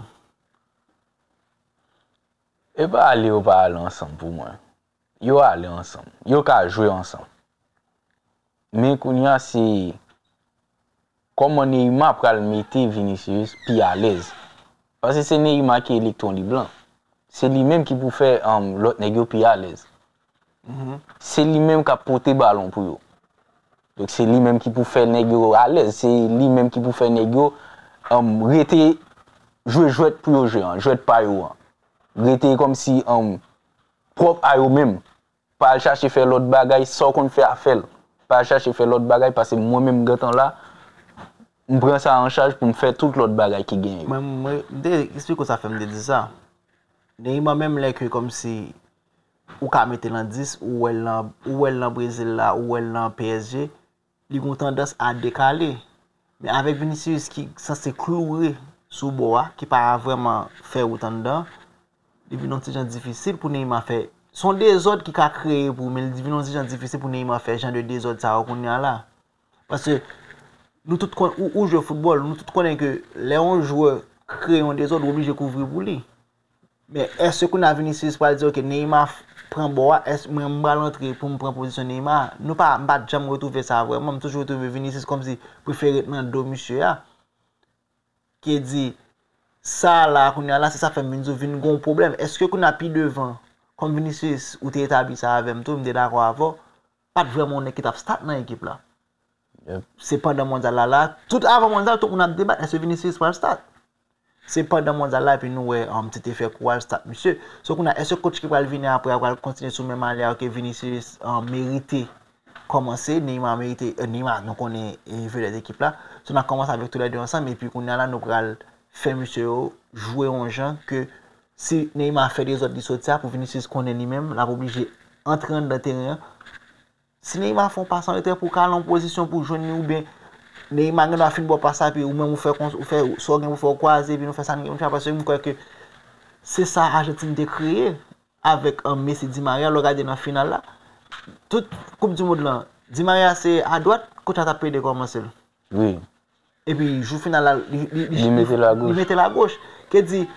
Et pas aller ou pas aller ensemble pour moi. Yo aller ensemble. Yo ka jouer ensemble. Mais kounya c'est comment Neymar pral mettre Vinicius puis à l'aise. Parce que c'est Neymar qui est électron blanc. C'est lui-même qui peut faire l'autre nègre puis à l'aise. C'est lui-même qui a porté ballon pour eux. Donc c'est lui-même qui peut faire nègre à l'aise. C'est lui-même qui peut faire nègre rester jouer pour jouer, jouer pas eux. Rester comme si propre à eux-même. Pas chercher faire l'autre bagaille sans qu'on fait à faire. Pas chercher faire l'autre bagaille parce que moi-même quand là je prends ça en charge pour me faire toute l'autre bagaille qui gagne. Moi, explique que ça fait me dire ça. Neymar même là que comme si ou ka mettre dans 10 ou elle dans Brésil là ou elle dans PSG, il ont tendance à décaler. Mais avec Vinicius qui censé clouer sous bois qui pas vraiment faire autant dedans, il vient un difficile pour Neymar faire. Sont des autres qui a créé pour mais il vient difficile pour Neymar faire genre de désordre ça qu'on y a là. Parce que nous tous ou jouer football, nous tous connaissons que les 11 joueurs créent un désordre obligé de couvrir pour lui. Mais est-ce qu'on a Vinicius pour dire que Neymar prend bois, est-ce que moi vais l'entrer pour me prendre position Neymar? Nous pas jamais retrouver ça vraiment, toujours retrouver Vinicius comme si préféré dans dos monsieur qui dit ça là qu'on a là c'est ça fait une gros problème. Est-ce que qu'on a pris devant comme Vinicius ou t'es établi ça avec toi, me d'accord avant, pas vraiment une équipe start dans l'équipe là. C'est pendant mondial là, tout avant mondial tout on a débat est-ce que Vinicius va start. c'est pendant le mondial là, puis nous, tu fait courage, start, monsieur. So, est-ce que coach qui va venir après, va continuer sur le même allure que Vinicius mérité commencer, Neymar mérité, Neymar, donc on est vedette d'équipe là. So, on a commencé avec tous les deux ensemble, et puis qu'on a là, nous allons faire monsieur jouer en gens que si Neymar fait des autres dissocia pour Vinicius connaît lui-même, là, obligé d'entrer dans le terrain. Si Neymar font passer en retrait pour caler en position pour jouer ou bien Neymar doit finir pour passer puis ou même ou faire soit vous faire croiser puis nous faire ça parce que je crois que c'est ça Argentine de créer avec Messi Di Maria regardez dans la finale là. Toute coupe du monde là, Di Maria c'est à droite, coach a tapé de commencer. Oui. Et puis joue final là, il mettait la gauche. Qui dit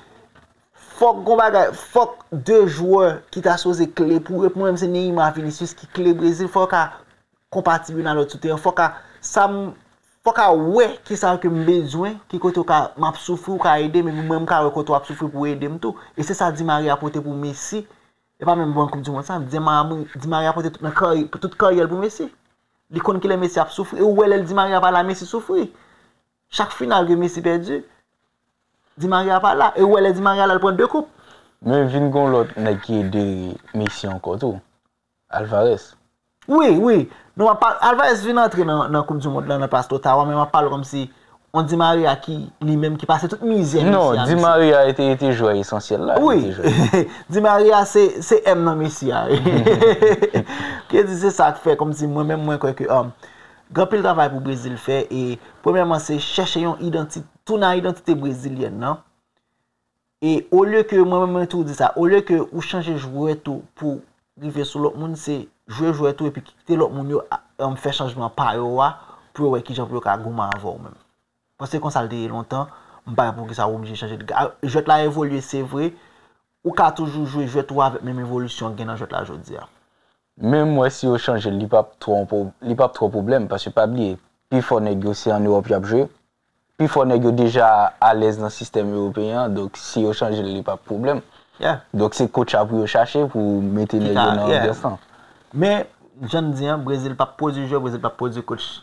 faut deux joueurs qui t'a choisi clé pour même c'est Neymar Vinicius qui clé Brésil faut qu'à compatible dans l'autre terrain faut qu'à ça faut qu'à ouais qui ça que besoin qui côté ka m'a souffrir ou ka aider mais même ka côté a souffrir pour aider tout et c'est ça Di Maria apporter pour Messi et pas même bon comme du monde ça Di Maria apporter toute carrière pour Messi il connaît que les Messi a souffrir et où elle Di Maria pas la Messi souffrir chaque finale que Messi perdu Di Maria pas là et où elle Di Maria là prend 2 coupes mais vinn gon l'autre nèg qui aide Messi encore tout Alvarez. Oui non Alvarez vient entrer dans la coupe du monde là dans place Ottawa mais on parle comme si on Di Maria qui lui-même qui passait toute misère non Di Maria était joueur essentiel là oui Di Maria c'est M dans Messi qui dit c'est ça que fait comme si moi-même moi crois que grand pile travail pour Brésil fait et premièrement c'est chercher une identité tout dans identité brésilienne non et au lieu que moi-même tout dit ça au lieu que ou changer joueur tout pour arriver sur l'autre monde c'est jouer tout et puis quitter l'autre monde faire changement par yo pour ouais qui j'en peut ka gouma avant même parce que comme ça le longtemps pas pour que ça obligé changer de jeu là évoluer c'est vrai ou ka toujours jouer jeu tout avec même évolution gain dans jeu là aujourd'hui. Même moi si on change il pas trop problème parce que pas oublier puis faut négocier en Europe y a jouer puis faut négocier déjà à l'aise dans le système européen donc si on change il pas problème. Donc c'est coach à pour chercher pour mettre les gens dans l'ambiance. Mais je dis Brésil pas produit joueur, Brésil pas produit coach.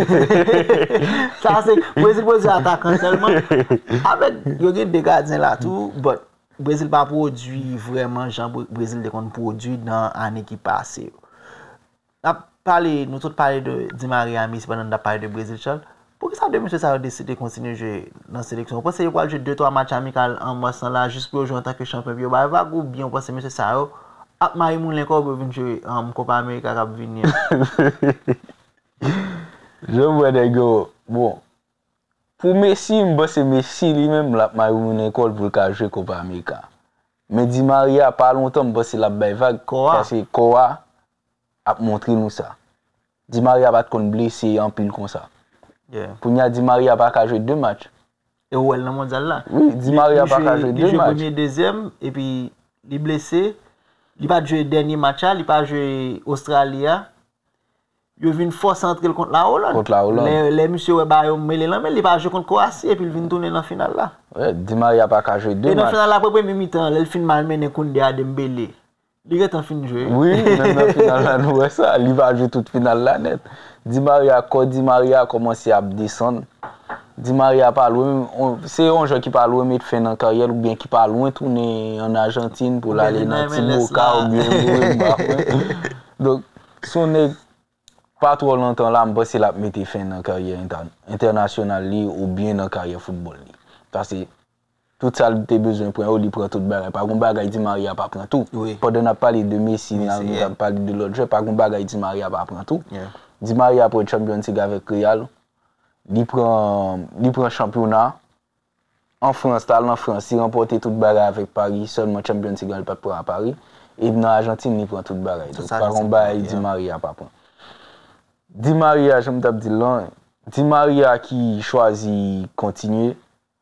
Ça c'est Brésil produit attaquant seulement avec il y a des gardiens là tout but Brésil pas produit vraiment Jean Brésil de qu'on produit dans année qui passée. Nous tous parler de Di Maria Messi pendant de parler de Brésil Charles. Pourquoi ça monsieur ça a décidé de continuer jouer dans la sélection? Vous pensez qu'il va jouer 2-3 matchs amicaux en mois là juste pour jouer en tant que champion puis va ou bien pensez monsieur ça a Marie Moulin ko venir jouer en Copa América cap venir. Je vois des gars bon pour Messi, c'est Messi lui-même la Marie Moulin école pour le jouer Copa América. Mais Di Maria pas longtemps c'est la belle vague parce que Koa a montré nous ça. Di Maria va être blessé en pile comme ça. Pour nous, Di Maria pas qu'à jouer 2 matchs. Et où est le mondial là? Oui, Di Maria pas qu'à jouer 2 matchs. Il premier, deuxième et puis il est blessé. Il pas joué dernier match là, il pas joué Australie. Il vient force entrer contre la Hollande. Les monsieur ouais ba yo mêlé là mais il pas joué contre Croatie et puis il vient tourner dans finale là. Ouais, Di Maria pas qu'à jouer 2 matchs. Et dans finale là après premier mi-temps, il fin malmené Koundé à Dembélé. Il est en fin de jouer. Oui, même dans finale là nous ça, il va jouer toute finale là net. Di Maria a commencé à descendre. Di Maria pas loin, c'est un joueur qui pas loin mettre fin dans carrière ou bien qui pas loin tourner en Argentine pour aller dans Timoca ou bien donc son n'est pas trop longtemps là, me c'est la mettre fin dans carrière internationale ou bien dans carrière football parce que tout ça il a besoin pour il prend tout bagage pas gon bagage Di Maria pas prend tout. Pendant n'a parlé de Messi, on a parlé de l'autre joueur pas gon bagage Di Maria pas prend tout. Di Maria pour Champions League avec Real. Il prend championnat en France, il remporte toute bagarre avec Paris, seulement Champions League il pas prendre à Paris et dans Argentine il prend toute bagarre. Donc par contre Di Maria pas prend. Di Maria, je me tape dit là, Di Maria qui choisit continuer.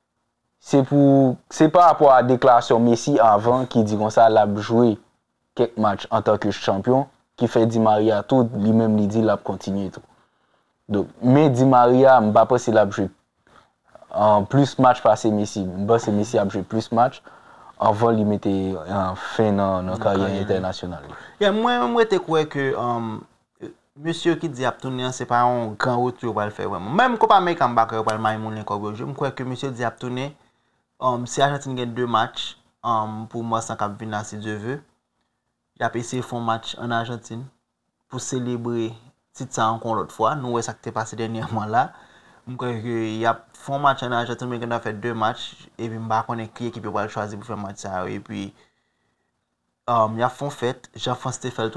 C'est par rapport à la déclaration Messi avant qui dit comme ça l'a joué quelques matchs en tant que champion qui fait Di Maria tout lui-même il dit l'a continuer tout. Donc mais Di Maria m'pa penser l'a joué en plus match passé Messi, c'est Messi a joué plus match avant il mettait en fin dans carrière internationale. Moi te crois que monsieur qui dit a tourner c'est pas un grand retour pour le faire vraiment. Même Copa América m'pa croire pour Maïmoun encore. Je me crois que monsieur dit a tourner si Argentine gagne 2 matchs, pour moi, ça cap venir si Dieu veut. Il a essayé de faire un match en Argentine pour célébrer titre ça encore l'autre fois. Nous, ça qui s'est passé dernièrement là. Je crois qu'il y a fait un match en Argentine, mais il a fait 2 matchs. Et puis, je ne sais pas qui équipe va choisir pour faire un match ça. Et puis, il a fait une fête. Jean-François Stéphane,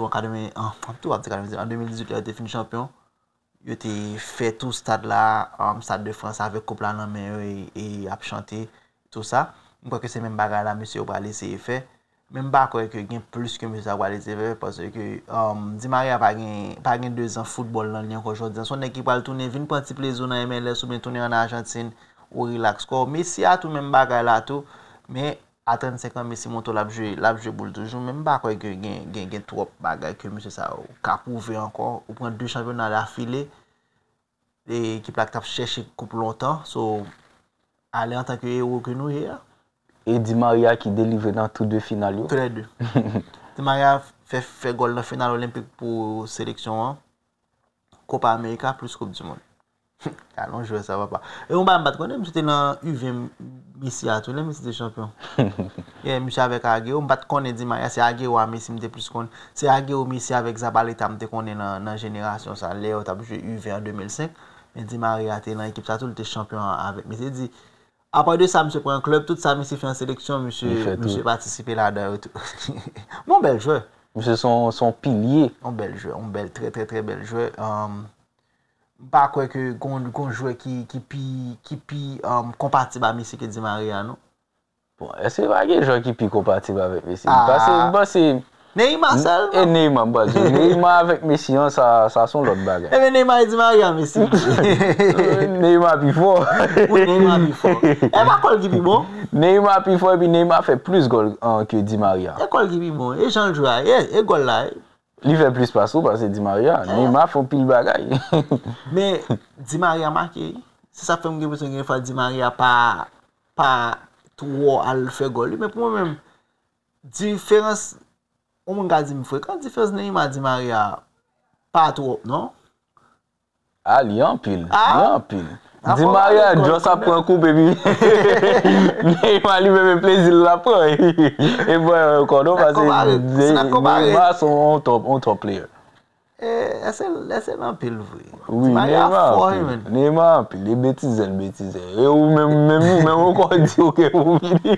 en 2018, il a été fini champion. Il a fait tout ce stade là, stade de France avec couple en main et il a chanté tout ça. Je crois que c'est même bagarre là, monsieur va laisser faire. Même pas que gain plus que monsieur va laisser faire parce que Di Maria pas gain 2 ans football dans lien aujourd'hui. Son équipe va tourner vinn prendre petit plaisir dans MLS ou bien tourner en Argentine ou relax quoi. Messi a tout même bagarre là tout, mais à 35 ans Messi monte l'a jouer boule toujours même pas que gain trop bagarre que monsieur ça qu'a prouvé encore ou prendre 2 championnats d'affilée. L'équipe là qui a cherché coupe longtemps, so aller en tant que héros que nous hier. Et Di Maria qui délivre dans tous 2 finales. Tous les 2. Di Maria fait goal dans la finale olympique pour sélection Copa América plus Coupe du Monde. Allons jouer ça va pas. Et on va battre quand même c'était dans U20 Messi à tous les Messi des champions. Et Messi avec Agüero, on bat connaît Di Maria c'est Agüero à Messi m'était plus connaît. C'est Agüero Messi avec Zabaleta m'était connaît dans génération ça. Léo t'a joué U20 en 2005. Mais Di Maria était dans l'équipe ça tout était champion avec Messi dit. Après de ça, monsieur prend un club, tout ça, monsieur fait en sélection, monsieur participe là-dedans. Mon bel joueur. Monsieur son pilier. Un bel joueur, un bel, très très très bel joueur. Pas quoi que gon joueur qui compatible avec Messi que Di Maria, non? Bon, est-ce que pas un joueur qui est compatible avec Messi? Parce que Neymar seul. Et Neymar, Neymar avec Messi, ça sont l'autre bagarre. Eh bien Neymar et Di Maria, Messi. Neymar plus fort. Oui, Neymar plus fort. Et pas quoi qui est bon? Neymar plus fort et puis Neymar fait plus goal que Di Maria. Et quoi qui est bon? Et Jean joue et goal là. Il fait plus passe parce que Di Maria. Neymar fait pile bagaille. Mais Di Maria marqué. C'est ça fait me l'impression que fois Di Maria pas trop à le faire goal. Mais pour moi même différence on m'a dit me quand différence Neymar Di Maria pas trop, non? Ah, il y a un pile. Di Maria, juste après un coup, baby. Neymar lui même plaisir la prend. Et bon, quand on passe, Neymar sont un top player. C'est un pile, oui. Neymar un pile. Les bêtises. Et ou même encore dit que vous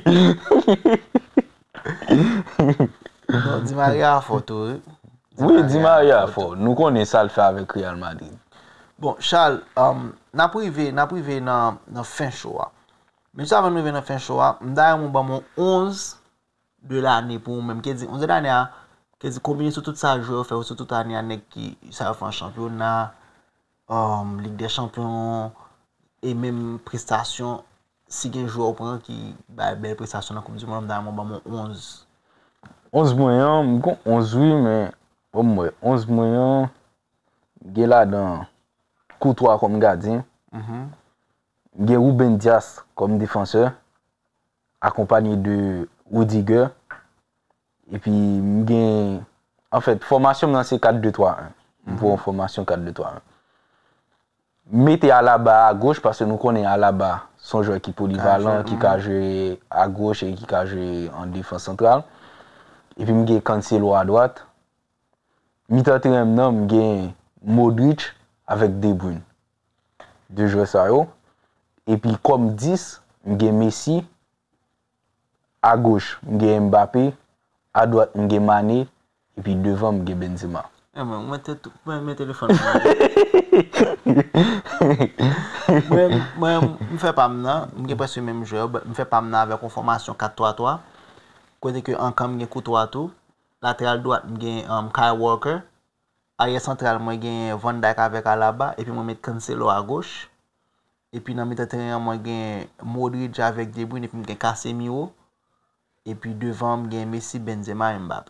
non, Di Maria a fort tout. Oui, Di Maria a fort. Nous connaissons ça le fait avec Real Madrid. Bon, Charles, n'a privé dans fin show. Mais ça va nous venir dans fin show. M'd'a mon 11 de l'année pour même qui dit 11 de l'année qui dit combien sur tout ça joueur faire sur toute année qui ça fait un championnat Ligue des Champions et même prestation si un joueur prend qui belle prestation dans Coupe du Monde m'd'a mon 11 moyens, 11 oui, mais au moins 11 moyens, il y a là dans Courtois comme gardien, il y a Ruben Dias comme défenseur, accompagné de Rudiger, et puis en fait, formation dans c'est 4-2-3-1, pour une formation 4-2-3-1. Mettez Alaba à gauche parce que nous connaissons Alaba, son joueur qui est polyvalent, qui a joué à gauche et qui a joué en défense centrale. Et puis, je Cancelo à droite. Mi-temps terrain, je Modric avec De Bruyne. 2 joueurs ça. Et puis, comme 10, je Messi. À gauche, je Mbappé. À droite, je Mané. Et puis, devant, je Benzema. Moi, téléphone. Moi, je fais pas maintenant. Je fais presque le même joueur. Je fais pas maintenant avec une formation 4-3-3. Côté que en cam gen Courtois tout, latéral droite gen Kyle Walker, arrière central moi gen Van Dijk avec Alaba et puis moi mettre Cancelo à gauche. Et puis dans milieu terrain moi gen Modric avec De Bruyne et puis gen Casemiro et puis devant gen Messi, Benzema et Mbappé.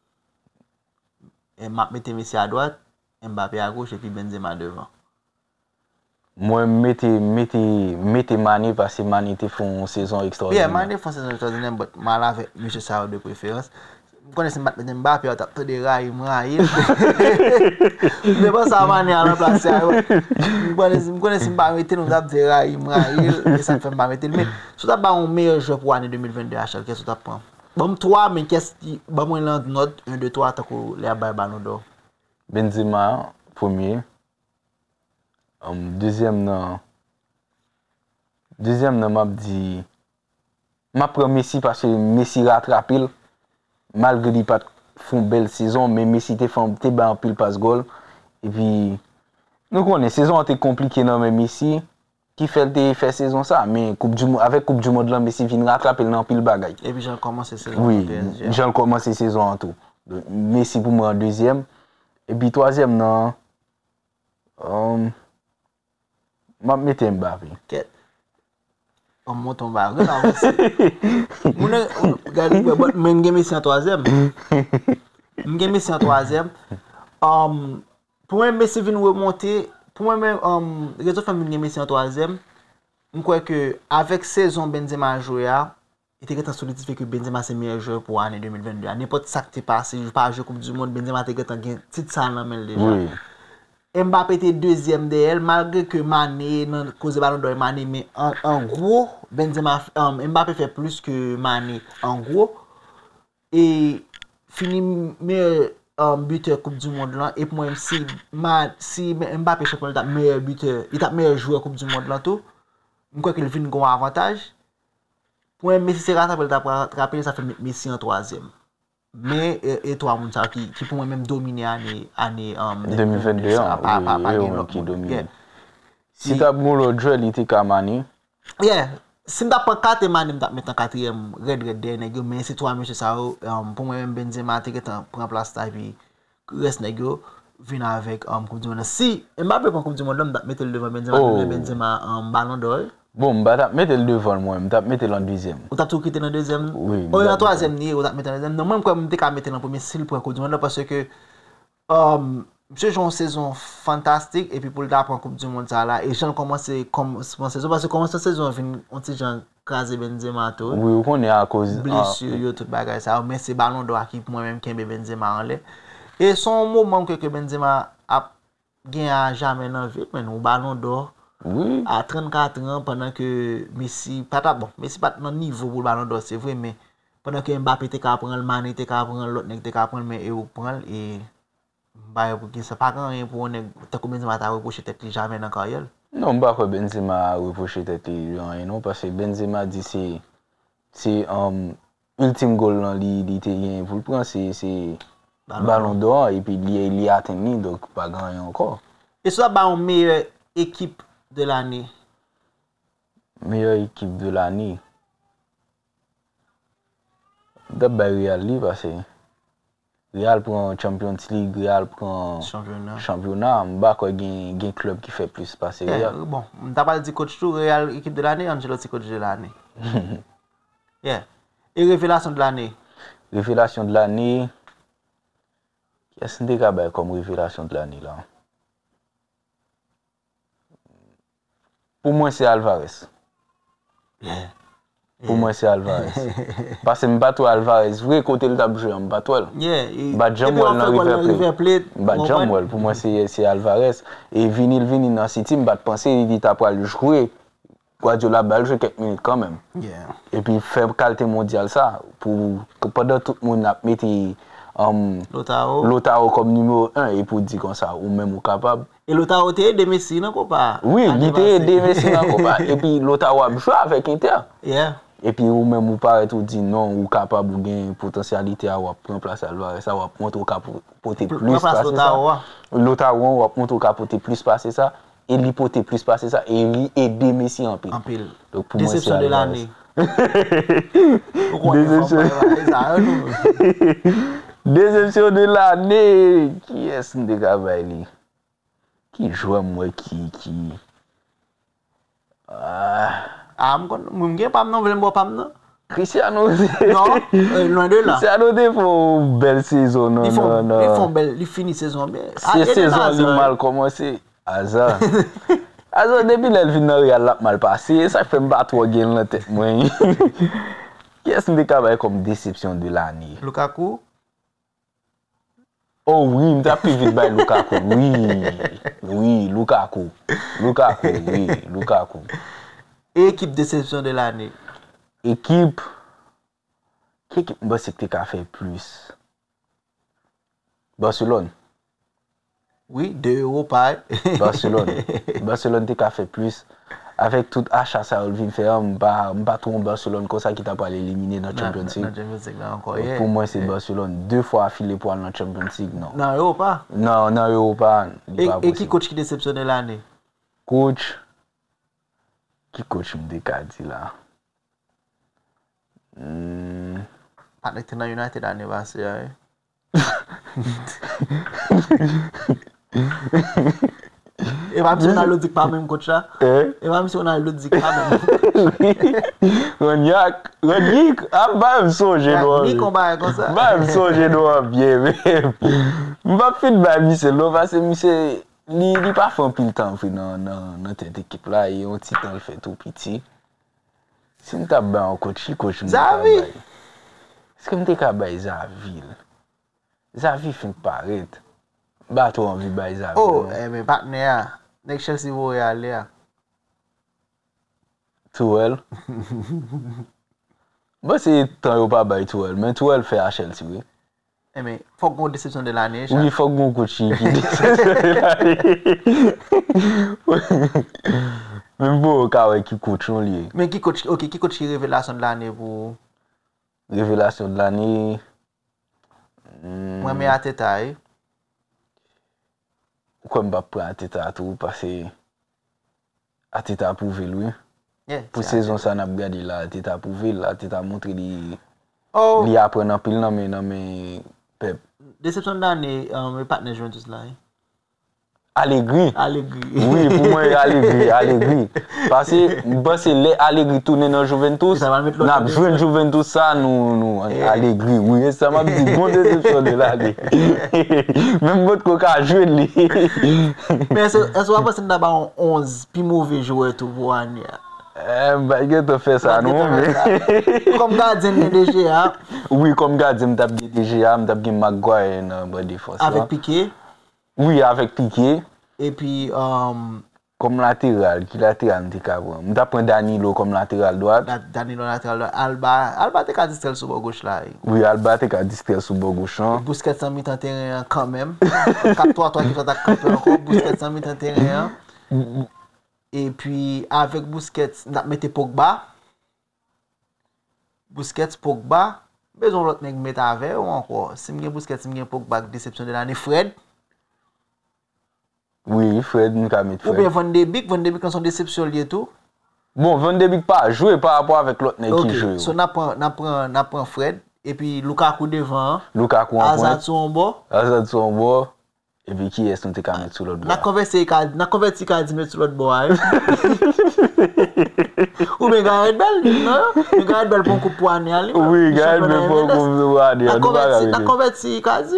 Et m'a mettre Messi à droite, Mbappé à gauche et puis Benzema devant. Moi, mettez Mané parce que Mané fait une saison extraordinaire. Oui, Mané fait une saison extraordinaire, mais mal avec M. Sao de préférence. Je connais Mbappé, on tape de Raïm. Mais pas ça, man, à la place. Je connais Mbappé, on tape de Raïm, et ça fait Mbappé. Mais si tu as un meilleur joueur pour l'année 2022 à chaque, qu'est-ce que tu prends? Bon, toi, mais qu'est-ce qui. Bon, moi, l'autre note, 1, 2, 3, t'as quoi les Ballon d'Or? Benzema, premier. Deuxième, m'a dit. Ma prend Messi parce que Messi rattrape malgré qu'il pas fait une belle saison, mais Messi te fait un pile passe goal. Et puis, nous connaissons, saison était compliquée, non, mais Messi, qui fait saison ça, mais avec Coupe du Monde, là, Messi vient rattraper dans pile bagaille. Et puis, j'ai commencé saison. Oui, j'ai commencé saison en tout. Donc, Messi pour moi en deuxième. Et puis, troisième, non. Je mettais Mbappé. On monte en bas. Regardez, Messi en troisième. Messi en troisième. Pour moi, Messi vient remonter. Pour moi, même, les autres femmes Messi en troisième. Je crois que avec saison Benzema joué, il était solidifié que Benzema c'est le meilleur joueur pour l'année 2022. À n'importe ça qui est passé, je pas jouer Coupe du Monde, Benzema était un petit ça dans déjà. Oui. Mbappé était deuxième d'elle, malgré que Mané, dans cause de Ballon d'Or, Mané, mais en gros, Mbappé fait plus que Mané, en gros. Et fini meilleur buteur Coupe du Monde là. Et pour moi, si Mbappé champion, il est meilleur buteur, il est meilleur joueur Coupe du Monde là tout. Je crois qu'il vient un avantage. Pour moi, Messi c'est rattrapé, ça fait Messi en troisième. Mais et toi Mounsa qui pour moi même dominer année 2022 qui domine. Si tu as l'autre joueur il était Cavani. Yeah, si tu prends 4 Mane tu mettre en quatrième red dernier mais c'est toi monsieur ça pour moi même Benzema tu prend place ta puis reste nègre vient avec Coupe du Monde. Si Mbappé prend Coupe du Monde tu mettre le devant Benzema en Ballon d'Or. Bon, bah mettez le devant moi, mettez le en deuxième. Ou t'as tout quitté dans deuxième? Oui. Ou en troisième ni ou t'as mettre en deuxième. Non, moi je m'étais mettre en premier s'il prend Coupe du Monde parce que monsieur joue une saison fantastique et puis pour le prendre Coupe du Monde ça là et j'en commencé comme saison parce que commence cette saison on dit Jean craser Benzema tout. Oui, on est à cause blessure yo tout bagage ça mais c'est Ballon d'Or qui pour moi même qui Benzema en l'air. Et son moment que Benzema a gagné à jamais dans vie mais au Ballon d'Or. Oui. À 34 ans, pendant que Messi, Messi pas dans niveau pour le Ballon d'Or, c'est vrai, mais pendant que Mbappé était capable de prendre le Mané, était capable de prendre l'autre, était capable de prendre, mais il prend et c'est pas rien pour on tant que Benzema t'a reproché tête jamais dans carrière. Non, pas que Benzema a reproché tête rien non parce que Benzema dit c'est ultime goal là il était rien pour le prendre c'est Ballon d'Or et puis il a atteint donc pas grand encore. Et ça ba une meilleure équipe de l'année. Meilleure équipe de l'année. D'abord Real parce que Real prend Champions League, Real prend championnat, m'ba quoi gain club qui fait plus passer Real. Bon, t'as pas dit coach tout Real équipe de l'année, Ancelotti coach de l'année. Yeah. Et révélation de l'année. Révélation de l'année. Qu'est-ce que c'est comme révélation de l'année là? Pour moi, c'est Alvarez. Yeah. Pour moi, c'est Alvarez. Parce que je ne pas toi Alvarez. Vrai côté le table, je ne pas toi. Yeah. Jamwell dans River Plate. Jamwell, pour moi, c'est Alvarez. Et Vinil dans City, je pense qu'il dit qu'il va jouer. Guardiola va jouer quelques minutes quand même. Yeah. Et puis, faire qualité mondiale, ça, pour que pendant tout le monde a mis Lautaro comme numéro 1 et pour dire comme ça, ou même capable. Et Lautaro était aidé Messi, non, pas? Oui, il était aidé Messi, non, pas. Et puis Lautaro a joué avec Inter. Yeah. Et puis ou même ou paraît tout dit non, ou capable ou gain potentialité à prendre place à Alvarez, ça va montrer au cap porter plus passer ça. Lautaro va montrer au cap porter plus passer ça et lui porter plus passer ça et lui aider Messi en pile. En pile. Donc pour déception moi, de l'année. Déception de l'année. Qui est-ce que Gabaili? Qui joue moi qui je pas non. Cristiano. Non, loin de là. Cristiano de font belle saison non. Ils font belle, ils finissent saison bien. Si saison li mal commencé, hasard. Hasard depuis elle vient dans Real mal passé, ça fait me battre au gain la tête moi. Qui est-ce que comme déception de l'année? Lukaku. Oh oui, m'ta plus vite by Lukaku. Oui, Lukaku, oui, Lukaku. Équipe déception de l'année. Équipe, bah c'est que t'as fait plus. Barcelone. Oui, 2 euros par. Barcelone t'as fait plus. Avec tout achat ça vient faire, m'pas trop Barcelone comme ça qui t'a pas éliminer dans Champions League. Encore, pour moi c'est Barcelone 2 fois affilé pour aller dans Champions League non. Non, Europa. Non, Europa. Et qui coach qui déceptionne l'année? Coach me dit là. Pas dans United anniversaire. Et même si on a l'autre pas même coach là. Et même si on a l'autre pas même. Rognac, bah me songe doit. Ni combat comme ça. Bah me songe doit bien. M'pa fit ba mi c'est là parce que c'est li pas fait un pile temps dans cette équipe là et on petit temps le fait tout petit. Si m'ta ba un coach Xavi. Est-ce que m'ta ka ba Xavi fin paraître. Bah toi envie ba Xavi. Oh, mais partenaire. Next Chelsea va y aller. Tuchel. Bah c'est temps yo pas ba Tuchel, mais Tuchel fait à Chelsea oui. Mais faut qu'on déception de l'année. Oui, faut qu'on coach qui déception de l'année. Même bon cas qui coach on lié. Mais qui coach qui révélation de l'année pour révélation de l'année. Moi mais Arteta. Pourquoi m'pas prendre Arteta tout parce que Arteta a prouvé lui. Pour saison ça n'a regardé là Arteta a prouvé, Arteta a montré li apprend en pile non mais Pep. Déception de l'année mes partenaires Juventus là. Allegri. Oui, pour moi Allegri. Parce que c'est les Allegri tourner dans Juventus. N'a joué Juventus ça nous Allegri. Oui, ça m'a dit bon déception de l'année. Même votre coca a joué lui. Mais est-ce que vous pensez d'abord 11 puis mauvais joueur tout pour année. Bah il te fait ça non mais comme gardien de DGA. Oui, comme gardien m't'a bien DGA, m't'a bien Maguire dans bonne défense. Avec Piqué. Oui, avec Piqué. Et puis, comme latéral, qui latéral m'te capable. M'ta prend Danilo comme latéral droite. Danilo latéral droite. Alba te ka distraire sur gauche là. Oui, Alba te ka distraire sur gauche. Busquets en mi-temps terrain quand même. 4-3-3 qui sont à camper encore. Busquets en mi-temps terrain. Et puis, avec Busquets, n'a mette Pogba. Busquets, Pogba. Besoin l'autre nèg mettre avec ou encore. Si m'gen Busquets, si m'gen Pogba, déception de l'année. Fred. Oui, Fred nous ka mettre Fred. Ou bien Van de Beek quand son déception lié tout. Bon, Van de Beek pas jouer par rapport avec l'autre nèg qui joue. So n'a prend Fred et puis Lukaku devant. Lukaku en Hazard sur un bord. Et puis qui est-ce qu'on te ka mettre sur l'autre bord? N'a converti ka mettre sur l'autre bord. Ou bien Gareth Bale, non? Mais Gareth Bale pour un coup de poignet. Oui, Gareth Bale pour un coup de poignet. N'a converti quasi.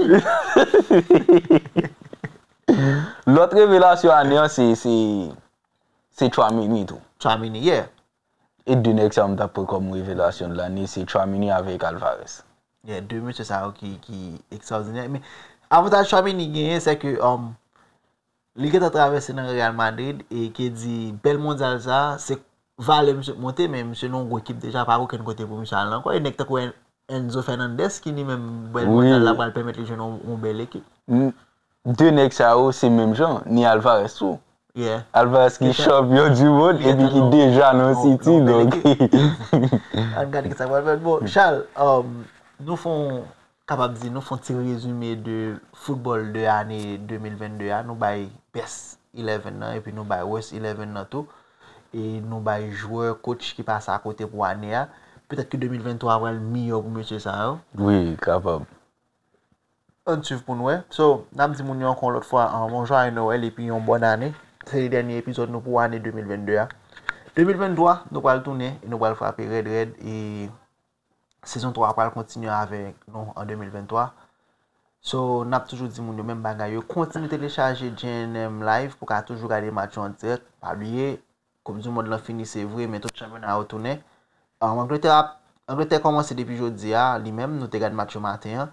L'autre révélation année c'est Tchouaméni tout. Tchouaméni, yeah. Et deux next on t'a pris comme révélation de l'année c'est Tchouaméni avec Alvarez. Yeah, deux monsieur ça qui extraordinaire mais avantage Tchouaméni gagné c'est que il a traversé dans Real Madrid et qui dit bel mondial ça c'est valait monsieur monter mais monsieur non gros équipe déjà pas aucun côté pour monsieur encore et nek ko Enzo Fernandez qui ni même bel mondial là va permettre les jeunes une belle équipe. Deux next c'est même genre ni Alvarez tout. Yeah. Alvarez qui champion du monde et puis qui déjà dans City donc. Regarde que ça va bon Charles nous font capable dire nous font un résumé de football de l'année 2022 nous bail best 11 et puis nous bail worst 11 tout et nous bail joueur coach qui passe à côté pour année peut-être que 2023 va le meilleur pour monsieur ça. Oui, capable. On suit pour nous. So, n'a dit mon encore l'autre fois bon joyeux Noël et puis une bonne année. C'est le dernier épisode nous pour l'année 2022. 2023, nous allons tourner et nous allons frapper red et saison 3 va continuer avec nous en 2023. So, n'a toujours dit mon même bagaille, continue télécharger JNM live pour toujours regarder match en direct. Pas oublier comme du monde l'a fini c'est vrai mais tout championnat a retourné. Angleterre commencé depuis jeudi lui-même nous te regarde match matin.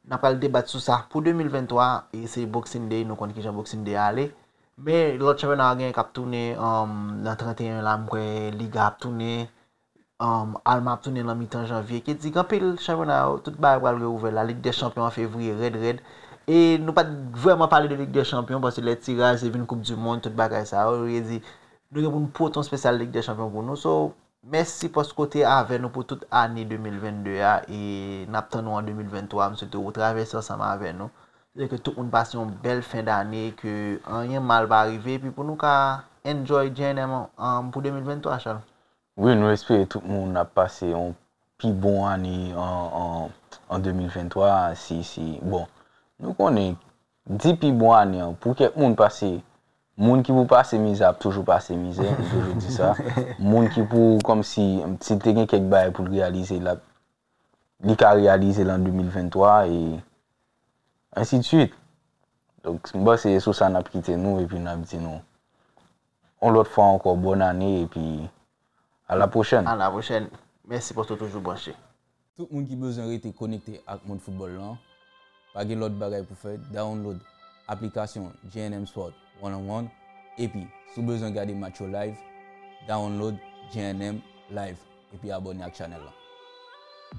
n'a pas le débat sur ça. Pour 2023, et c'est Boxing Day, nous connaissons qui Boxing Day aller. Mais l'autre championnat a cap tourné dans 31 là, Liga a tourné, Alma a tourné dans mi-temps janvier. Qui dit quand le championnat tout va rouvrir la Ligue des Champions en février, red. Et nous pas vraiment parler de Ligue des Champions parce que les tirages, c'est une Coupe du Monde, tout bagage ça. On dit nous avons une proton spéciale Ligue des Champions pour nous. So, merci pour ce côté avec nous pour toute année 2022 et nous attendons en 2023 nous souhaitons traverser ensemble avec nous. C'est que tout le monde passe une belle fin d'année, que rien mal va arriver puis pour nous qu'à enjoy JNM pour 2023 Charles. Oui, nous espérons que tout le monde a passé une plus bonne année en 2023 si bon. Nous connaissons 10 plus bonnes années pour que le monde passe. Moun qui pour passer misère toujours passer misère, je dis ça. Moun qui pour comme si t'es quelque bail pour réaliser là, il a réalisé en 2023 et ainsi de suite. Donc moi c'est sur ça n'a quitté nous et puis n'a dit nous. On l'autre fois encore bonne année et puis à la prochaine. À la prochaine. Merci pour toujours branché. Tout le monde qui besoin rester connecté avec mon football là, pas de l'autre bagaille pour faire, download application JNM Sport 101 et puis si vous besoin de regarder match live, download JNM Live et puis abonnez à la chaîne là.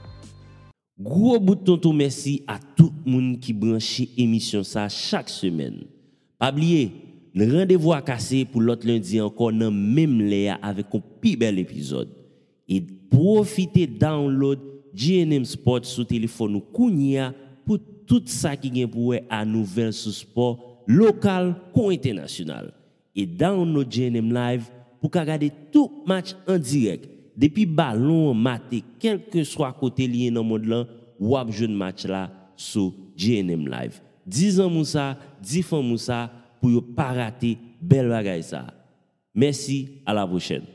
Gros bouton tout merci à tout le monde qui branche émission ça chaque semaine. Pas oublier, le rendez-vous à casser pour l'autre lundi encore dans même léa avec un plus bel épisode. Et profitez download JNM Sport sur téléphone ou kounia pour tout ça qui vient pour à nouvelle sur sport local ou international. Et download JNM Live pour regarder tout match en direct. Depuis ballon maté, quel que soit côté lié dans le monde là, ou ap jeune match là sur JNM Live. 10 ans Moussa, 10 ans Moussa pour ne pas rater belle bagaille ça. Merci, à la prochaine.